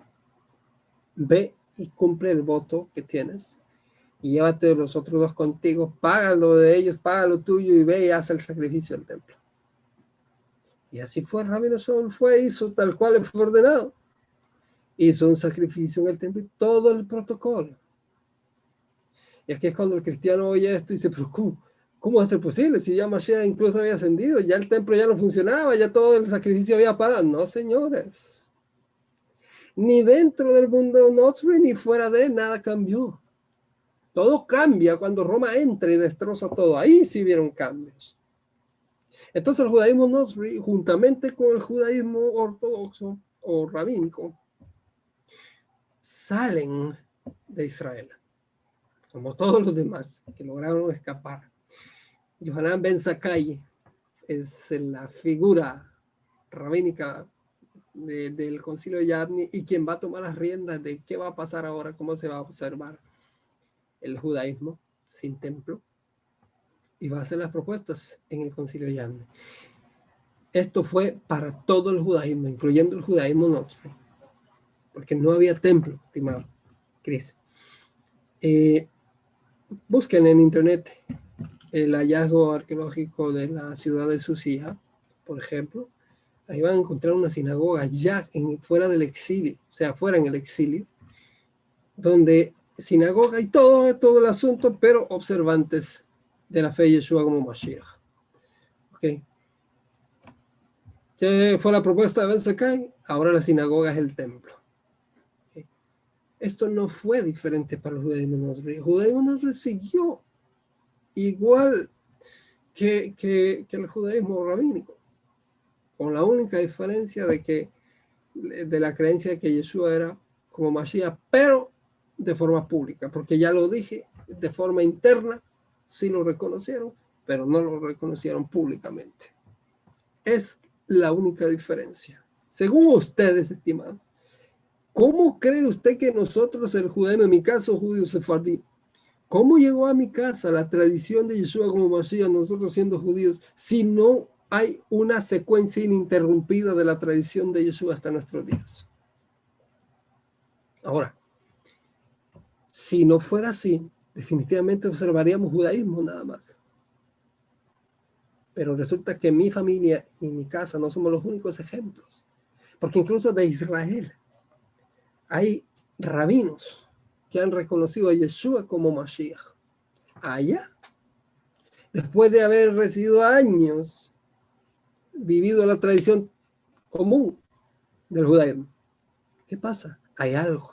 ve y cumple el voto que tienes y llévate los otros dos contigo, págalo de ellos, págalo tuyo y ve y haz el sacrificio del templo. Y así fue, el rabino Shaul fue, hizo tal cual le fue ordenado, hizo un sacrificio en el templo y todo el protocolo. Y aquí es cuando el cristiano oye esto y dice: pero ¿cómo va a ser posible? Si ya Mashiach incluso había ascendido, ya el templo ya no funcionaba, ya todo el sacrificio había parado. No, señores. Ni dentro del mundo Notzri ni fuera de él, nada cambió. Todo cambia cuando Roma entra y destroza todo. Ahí sí vieron cambios. Entonces el judaísmo Notzri, juntamente con el judaísmo ortodoxo o rabínico, salen de Israel, como todos los demás que lograron escapar. Yohanan Ben Zakkai es la figura rabínica del concilio de Yavne y quien va a tomar las riendas de qué va a pasar ahora, cómo se va a observar el judaísmo sin templo, y va a hacer las propuestas en el concilio de Yavne. Esto fue para todo el judaísmo, incluyendo el judaísmo Notzri, porque no había templo, estimado Chris. Busquen en internet el hallazgo arqueológico de la ciudad de Susia, por ejemplo. Ahí van a encontrar una sinagoga ya fuera del exilio, o sea, fuera en el exilio, donde sinagoga y todo el asunto, pero observantes de la fe de Yeshua como Mashiach. ¿Okay? ¿Qué fue la propuesta de Ben Zakkai? Ahora la sinagoga es el templo. ¿Okay? Esto no fue diferente para el judaísmo Notzri. El judaísmo Notzri siguió igual que el judaísmo rabínico, con la única diferencia de la creencia de que Yeshua era como Mashiach, pero de forma pública, porque ya lo dije, de forma interna sí lo reconocieron, pero no lo reconocieron públicamente. Es la única diferencia. Según ustedes, estimados, ¿cómo cree usted que nosotros, el judaísmo, en mi caso, judío sefardí, cómo llegó a mi casa la tradición de Yeshua como Mashiach, nosotros siendo judíos, si no hay una secuencia ininterrumpida de la tradición de Yeshua hasta nuestros días? Ahora, si no fuera así, definitivamente observaríamos judaísmo nada más. Pero resulta que mi familia y mi casa no somos los únicos ejemplos. Porque incluso de Israel hay rabinos que han reconocido a Yeshua como Mashiach. Allá, después de haber recibido años, vivido la tradición común del judaísmo. ¿Qué pasa? Hay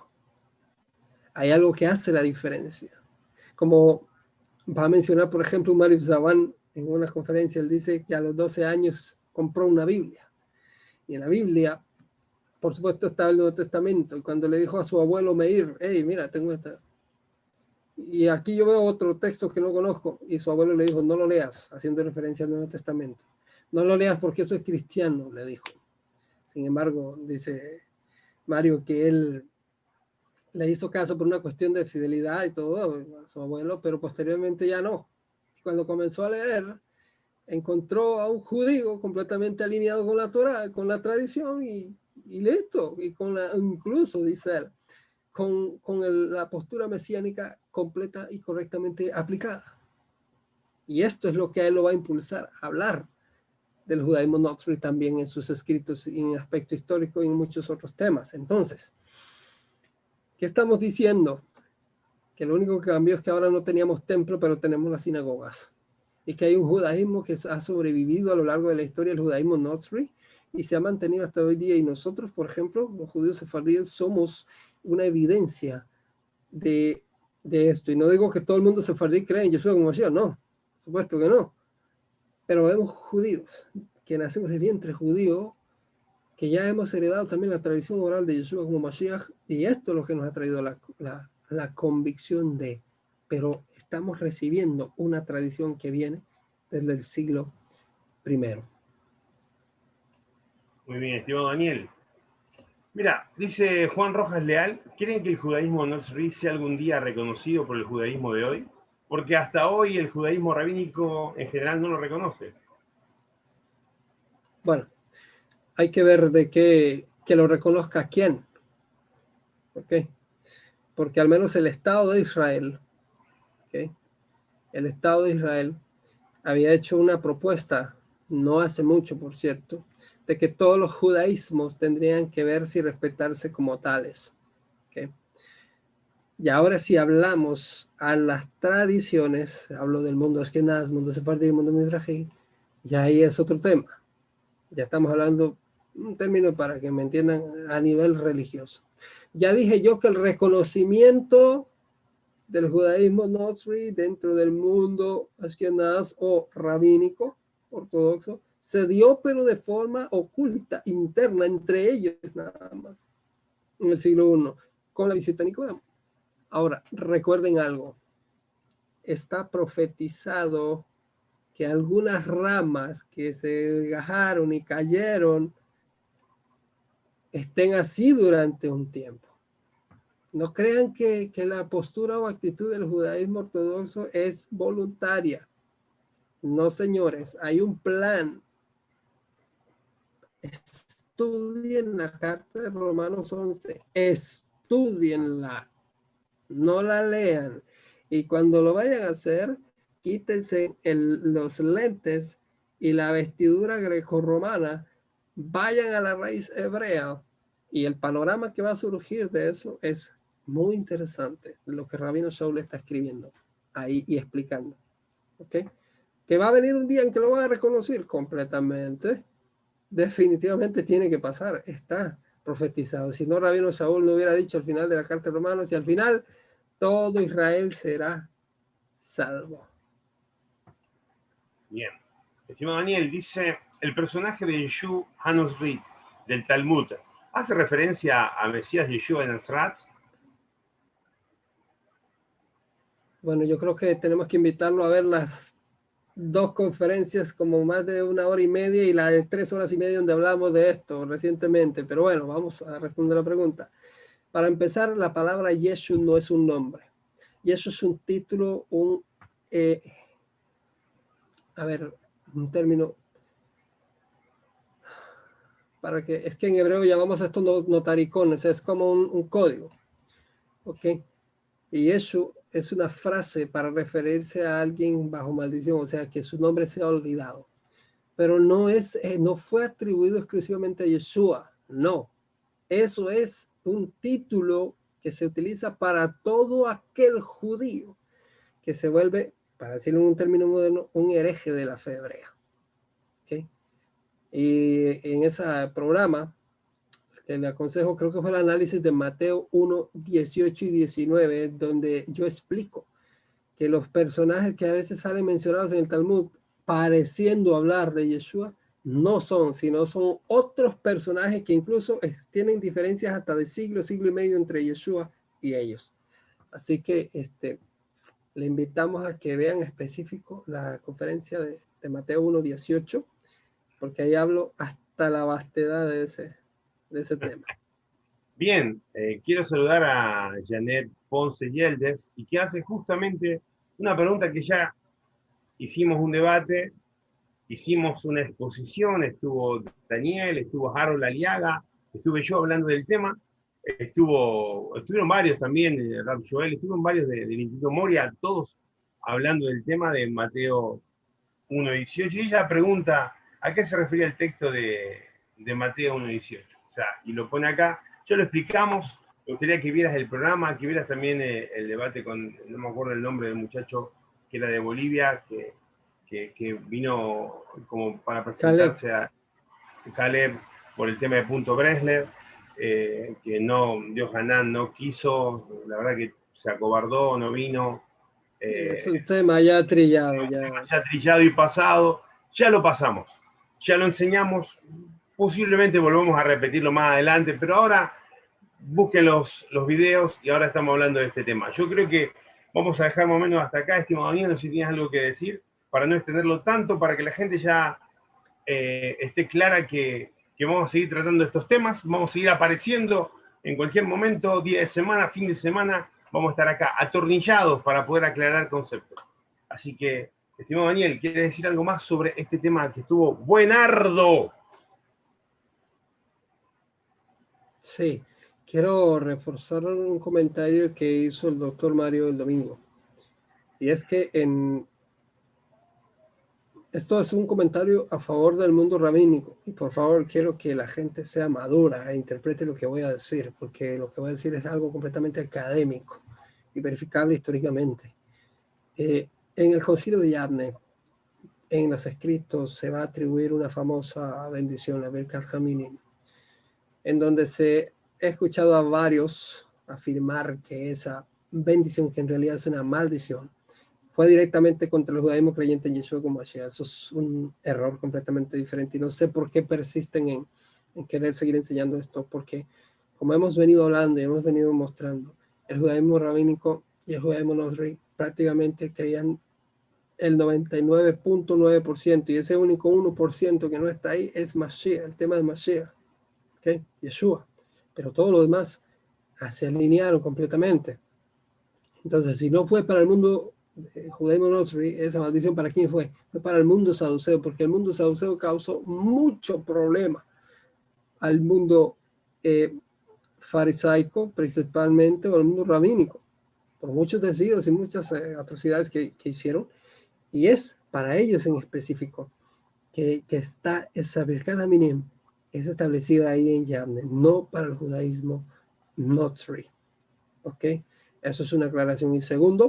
algo que hace la diferencia. Como va a mencionar, por ejemplo, Mario Zaban en una conferencia, él dice que a los 12 años compró una Biblia. Y en la Biblia, por supuesto, estaba el Nuevo Testamento. Y cuando le dijo a su abuelo Meir, hey, mira, tengo esta. Y aquí yo veo otro texto que no conozco. Y su abuelo le dijo, no lo leas, haciendo referencia al Nuevo Testamento. No lo leas porque eso es cristiano, le dijo. Sin embargo, dice Mario que él le hizo caso por una cuestión de fidelidad y todo a su abuelo, pero posteriormente ya no. Cuando comenzó a leer, encontró a un judío completamente alineado con la Torá, con la tradición y listo. Y incluso, dice él, con la postura mesiánica completa y correctamente aplicada. Y esto es lo que a él lo va a impulsar a hablar del judaísmo notzri también en sus escritos y en aspecto histórico y en muchos otros temas. Entonces, ¿qué estamos diciendo? Que lo único que cambió es que ahora no teníamos templo, pero tenemos las sinagogas. Y que hay un judaísmo que ha sobrevivido a lo largo de la historia, el judaísmo notzri, y se ha mantenido hasta hoy día. Y nosotros, por ejemplo, los judíos sefardíes, somos una evidencia de esto. Y no digo que todo el mundo sefardí cree en Yeshua como Mashiach, no, por supuesto que no. Pero vemos judíos, que nacemos de vientre judío, que ya hemos heredado también la tradición oral de Yeshua como Mashiach, y esto es lo que nos ha traído la convicción de, pero estamos recibiendo una tradición que viene desde el siglo I. Muy bien, estimado Daniel. Mira, dice Juan Rojas Leal, ¿creen que el judaísmo notzri sea algún día reconocido por el judaísmo de hoy? Porque hasta hoy el judaísmo rabínico en general no lo reconoce. Bueno, hay que ver de que lo reconozca quién. ¿Okay? Porque al menos el Estado de Israel, ¿okay? El Estado de Israel había hecho una propuesta, no hace mucho, por cierto, de que todos los judaísmos tendrían que verse y respetarse como tales. ¿Okay? Y ahora si hablamos a las tradiciones, hablo del mundo Ashkenaz, mundo sefardí, mundo mizrahi, ya ahí es otro tema. Ya estamos hablando, un término para que me entiendan, a nivel religioso. Ya dije yo que el reconocimiento del judaísmo notzri dentro del mundo ashkenaz o rabínico ortodoxo se dio, pero de forma oculta, interna, entre ellos nada más, en el siglo I, con la visita a Nicodemo. Ahora, recuerden algo, está profetizado que algunas ramas que se desgajaron y cayeron estén así durante un tiempo. No crean que la postura o actitud del judaísmo ortodoxo es voluntaria. No, señores, hay un plan. Estudien la carta de Romanos 11. Estudienla. No la lean. Y cuando lo vayan a hacer, quítense los lentes y la vestidura grecorromana. Vayan a la raíz hebrea. Y el panorama que va a surgir de eso es muy interesante, lo que Rabino Shaul está escribiendo ahí y explicando. ¿Ok? Que va a venir un día en que lo van a reconocer completamente. Definitivamente tiene que pasar, está profetizado. Si no, Rabino Shaul no hubiera dicho al final de la carta de Romanos, y al final todo Israel será salvo. Bien. Estimado Daniel, dice, el personaje de Yeshua Hanosri del Talmud, ¿hace referencia a Mesías Yeshua de Nazaret? Bueno, yo creo que tenemos que invitarlo a ver las dos conferencias como más de 1 hora y media y la de 3 horas y media donde hablamos de esto recientemente. Pero bueno, vamos a responder la pregunta. Para empezar, la palabra Yeshu no es un nombre. Yeshu es un título, un término para que, es que en hebreo llamamos esto notaricones, es como un código. ¿ok? Y eso es una frase para referirse a alguien bajo maldición, o sea, que su nombre sea olvidado. Pero no fue atribuido exclusivamente a Yeshua, no. Eso es un título que se utiliza para todo aquel judío que se vuelve, para decirlo en un término moderno, un hereje de la fe hebrea. ¿Okay? Y en ese programa, le aconsejo, creo que fue el análisis de Mateo 1, 18 y 19, donde yo explico que los personajes que a veces salen mencionados en el Talmud pareciendo hablar de Yeshua, no son, sino son otros personajes que incluso tienen diferencias hasta de siglo y medio entre Yeshua y ellos. Así que le invitamos a que vean específico la conferencia de Mateo 1:18, porque ahí hablo hasta la vastedad de ese tema. Bien, quiero saludar a Janet Ponce Yeldes y que hace justamente una pregunta que ya hicimos un debate, hicimos una exposición, estuvo Daniel, estuvo Harold Aliaga, estuve yo hablando del tema, estuvieron varios también, Rab Joel, estuvieron varios del Instituto Moria, todos hablando del tema de Mateo 1:18, y ella pregunta, ¿a qué se refería el texto de Mateo 1:18? O sea, y lo pone acá, ya lo explicamos, me gustaría que vieras el programa, que vieras también el debate con, no me acuerdo el nombre del muchacho que era de Bolivia, que vino como para presentarse a Caleb por el tema de Punto Bresler, que no, Dios Hanan no quiso, la verdad que se acobardó, no vino. Es un tema ya trillado. Ya trillado y pasado, ya lo pasamos, ya lo enseñamos, posiblemente volvamos a repetirlo más adelante, pero ahora busquen los videos y ahora estamos hablando de este tema. Yo creo que vamos a dejar más o menos hasta acá, estimado Daniel, no sé si tienes algo que decir, para no extenderlo tanto, para que la gente ya esté clara que vamos a seguir tratando estos temas, vamos a seguir apareciendo en cualquier momento, día de semana, fin de semana, vamos a estar acá atornillados para poder aclarar conceptos. Así que, estimado Daniel, ¿quieres decir algo más sobre este tema que estuvo buenardo? Sí, quiero reforzar un comentario que hizo el doctor Mario el domingo. Y es que esto es un comentario a favor del mundo rabínico. Y por favor, quiero que la gente sea madura e interprete lo que voy a decir, porque lo que voy a decir es algo completamente académico y verificable históricamente. En el concilio de Yavne, en los escritos, se va a atribuir una famosa bendición, la Birkat Haminim, en donde se he escuchado a varios afirmar que esa bendición, que en realidad es una maldición, fue directamente contra el judaísmo creyente en Yeshua como Mashiach. Eso es un error completamente diferente y no sé por qué persisten en querer seguir enseñando esto, porque como hemos venido hablando y hemos venido mostrando, el judaísmo rabínico y el judaísmo nosri prácticamente creían el 99.9%, y ese único 1% que no está ahí es Mashiach, el tema de Mashiach, ¿okay? Yeshua, pero todo lo demás se alinearon completamente. Entonces, si no fue para el mundo judaísmo nosri, esa maldición, ¿para quién fue? Fue para el mundo saduceo, porque el mundo saduceo causó mucho problema al mundo farisaico, principalmente, o al mundo rabínico, por muchos desvíos y muchas atrocidades que hicieron. Y es para ellos en específico que está esa Birkat Haminim, es establecida ahí en Yavne, no para el judaísmo nosri. ¿Ok? Eso es una aclaración. Y segundo,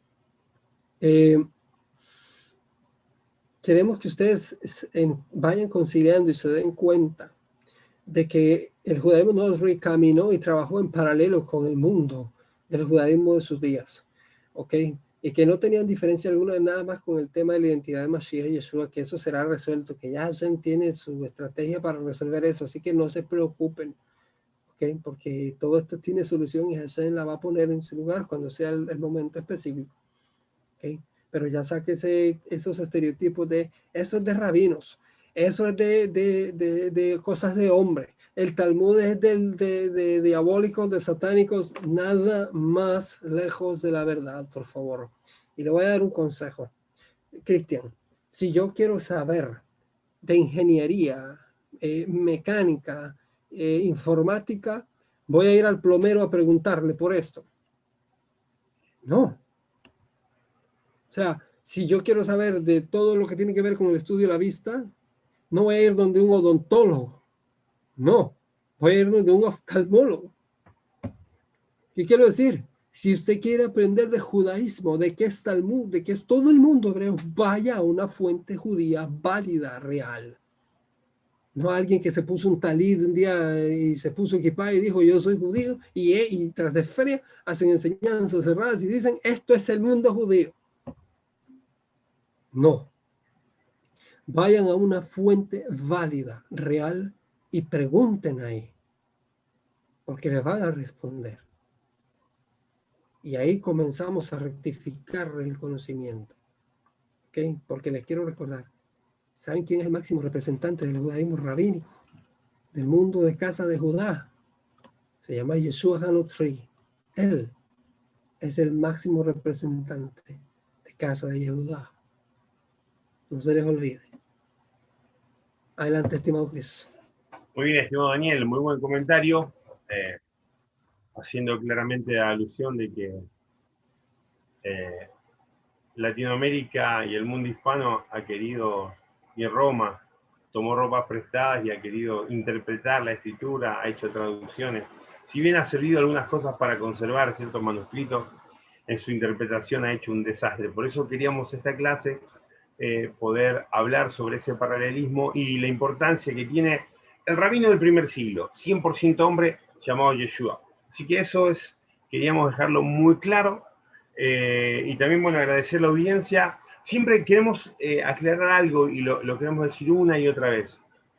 queremos que ustedes vayan conciliando y se den cuenta de que el judaísmo nosri caminó y trabajó en paralelo con el mundo del judaísmo de sus días. ¿Ok? Y que no tenían diferencia alguna nada más con el tema de la identidad de Mashiach y Yeshua, que eso será resuelto, que ya Hashem tiene su estrategia para resolver eso, así que no se preocupen, ¿okay? Porque todo esto tiene solución y Hashem la va a poner en su lugar cuando sea el momento específico, ¿okay? Pero ya sáquese esos estereotipos de eso es de rabinos, eso es de cosas de hombre, el Talmud es de diabólicos, de satánicos, nada más lejos de la verdad, por favor. Y le voy a dar un consejo, Cristian. Si yo quiero saber de ingeniería, mecánica, informática, voy a ir al plomero a preguntarle por esto. No. O sea, si yo quiero saber de todo lo que tiene que ver con el estudio de la vista, no voy a ir donde un odontólogo. No, voy a ir donde un oftalmólogo. ¿Qué quiero decir? Si usted quiere aprender de judaísmo, de qué es Talmud, de qué es todo el mundo hebreo, vaya a una fuente judía válida, real. No a alguien que se puso un talid un día y se puso equipada y dijo yo soy judío y tras de feria hacen enseñanzas cerradas y dicen esto es el mundo judío. No. Vayan a una fuente válida, real y pregunten ahí, porque les van a responder. Y ahí comenzamos a rectificar el conocimiento. ¿Okay? Porque les quiero recordar, ¿saben quién es el máximo representante del judaísmo rabínico? Del mundo de casa de Judá. Se llama Yeshua HaNotzri. Él es el máximo representante de casa de Judá. No se les olvide. Adelante, estimado Chris. Muy bien, estimado Daniel, muy buen comentario, haciendo claramente alusión de que Latinoamérica y el mundo hispano ha querido, y Roma tomó ropas prestadas y ha querido interpretar la escritura, ha hecho traducciones. Si bien ha servido algunas cosas para conservar ciertos manuscritos, en su interpretación ha hecho un desastre. Por eso queríamos esta clase poder hablar sobre ese paralelismo y la importancia que tiene el rabino del primer siglo, 100% hombre, llamado Yeshua. Así que eso es, queríamos dejarlo muy claro. Y también, bueno, agradecer a la audiencia. Siempre queremos aclarar algo y lo queremos decir una y otra vez.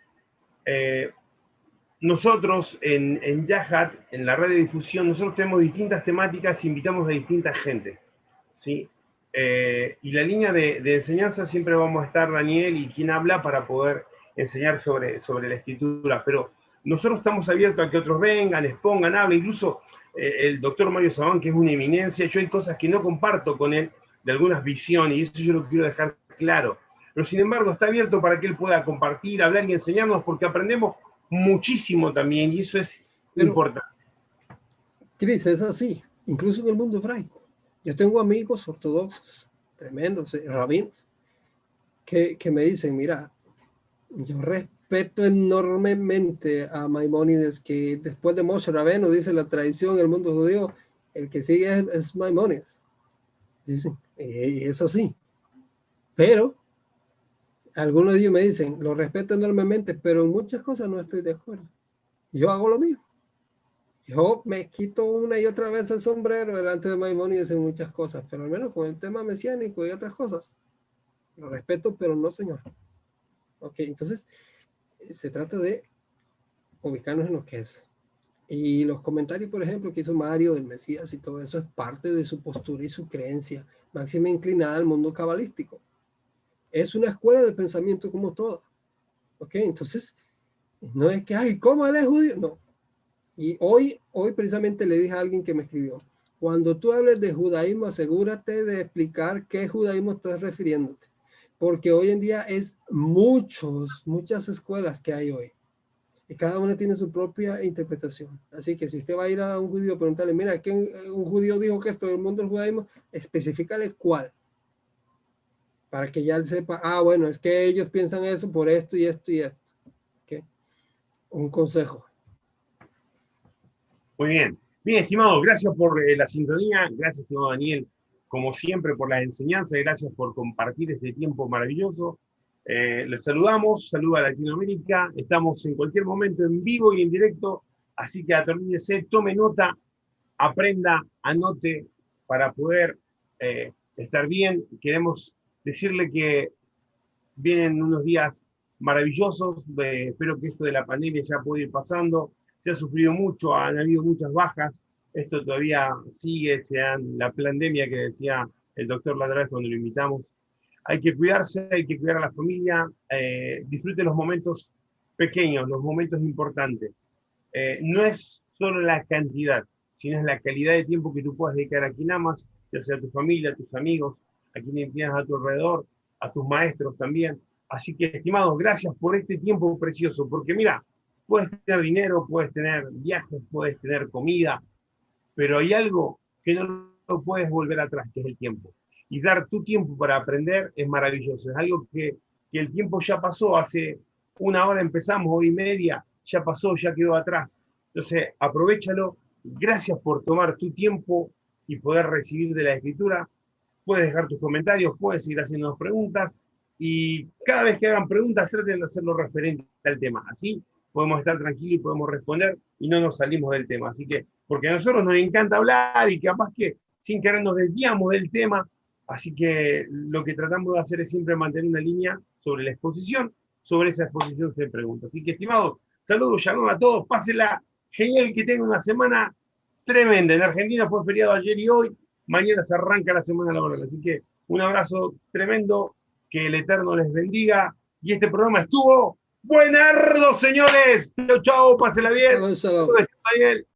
Nosotros en Yahat, en la red de difusión, nosotros tenemos distintas temáticas e invitamos a distinta gente, ¿sí? Y la línea de enseñanza siempre vamos a estar Daniel y quien habla para poder enseñar sobre la escritura, pero nosotros estamos abiertos a que otros vengan, expongan, hablen, incluso el doctor Mario Sabán, que es una eminencia, yo hay cosas que no comparto con él, de algunas visiones, y eso yo lo quiero dejar claro, pero sin embargo está abierto para que él pueda compartir, hablar y enseñarnos, porque aprendemos muchísimo también, y eso es importante. Cris, es así, incluso en el mundo hebraico. Yo tengo amigos ortodoxos, tremendos, rabinos, que me dicen, mira, yo respeto enormemente a Maimónides, que después de Moshe Rabbeinu, dice la tradición del mundo judío, el que sigue es Maimónides. Dicen, y es así. Pero algunos de ellos me dicen, lo respeto enormemente, pero en muchas cosas no estoy de acuerdo. Yo hago lo mío. Yo me quito una y otra vez el sombrero delante de Maimónides en muchas cosas, pero al menos con el tema mesiánico y otras cosas. Lo respeto, pero no, señor. Ok, entonces se trata de ubicarnos en lo que es. Y los comentarios, por ejemplo, que hizo Mario del Mesías y todo eso es parte de su postura y su creencia máxima inclinada al mundo cabalístico. Es una escuela de pensamiento como toda. Ok, entonces no es que, ay, ¿cómo él es judío? No. Y hoy precisamente le dije a alguien que me escribió, cuando tú hables de judaísmo, asegúrate de explicar qué judaísmo estás refiriéndote, porque hoy en día es muchas escuelas que hay hoy, y cada una tiene su propia interpretación. Así que si usted va a ir a un judío, preguntarle, mira, ¿qué un judío dijo que esto del mundo del judaísmo? Especifícale cuál, para que ya él sepa, bueno, es que ellos piensan eso por esto y esto y esto. ¿Okay? Un consejo. Muy bien. Bien, estimado, gracias por la sintonía, gracias, estimado Daniel, como siempre, por las enseñanzas, gracias por compartir este tiempo maravilloso. Les saludamos, saluda a Latinoamérica, estamos en cualquier momento en vivo y en directo, así que atordíllese, tome nota, aprenda, anote para poder estar bien. Queremos decirle que vienen unos días maravillosos, espero que esto de la pandemia ya pueda ir pasando. Se ha sufrido mucho, han habido muchas bajas, esto todavía sigue, la pandemia que decía el doctor la otra vez cuando lo invitamos. Hay que cuidarse, hay que cuidar a la familia, disfrute los momentos pequeños, los momentos importantes. No es solo la cantidad, sino es la calidad de tiempo que tú puedas dedicar a quien amas, ya sea a tu familia, a tus amigos, a quienes tienes a tu alrededor, a tus maestros también. Así que, estimados, gracias por este tiempo precioso, porque mira, puedes tener dinero, puedes tener viajes, puedes tener comida, pero hay algo que no puedes volver atrás, que es el tiempo. Y dar tu tiempo para aprender es maravilloso. Es algo que el tiempo ya pasó, hace una hora empezamos, hora y media, ya pasó, ya quedó atrás. Entonces, aprovéchalo. Gracias por tomar tu tiempo y poder recibir de la escritura. Puedes dejar tus comentarios, puedes seguir haciéndonos preguntas y cada vez que hagan preguntas traten de hacerlo referente al tema. Así podemos estar tranquilos y podemos responder y no nos salimos del tema. Así que, porque a nosotros nos encanta hablar y capaz que sin querer nos desviamos del tema. Así que lo que tratamos de hacer es siempre mantener una línea sobre la exposición. Sobre esa exposición se pregunta. Así que, estimados, saludos, shalom a todos. Pásenla genial, que tengan una semana tremenda. En Argentina fue feriado ayer y hoy. Mañana se arranca la semana laboral. Así que un abrazo tremendo. Que el Eterno les bendiga. Y este programa estuvo buenardo, señores. Chau, chau, pásenla bien. Shalom, shalom.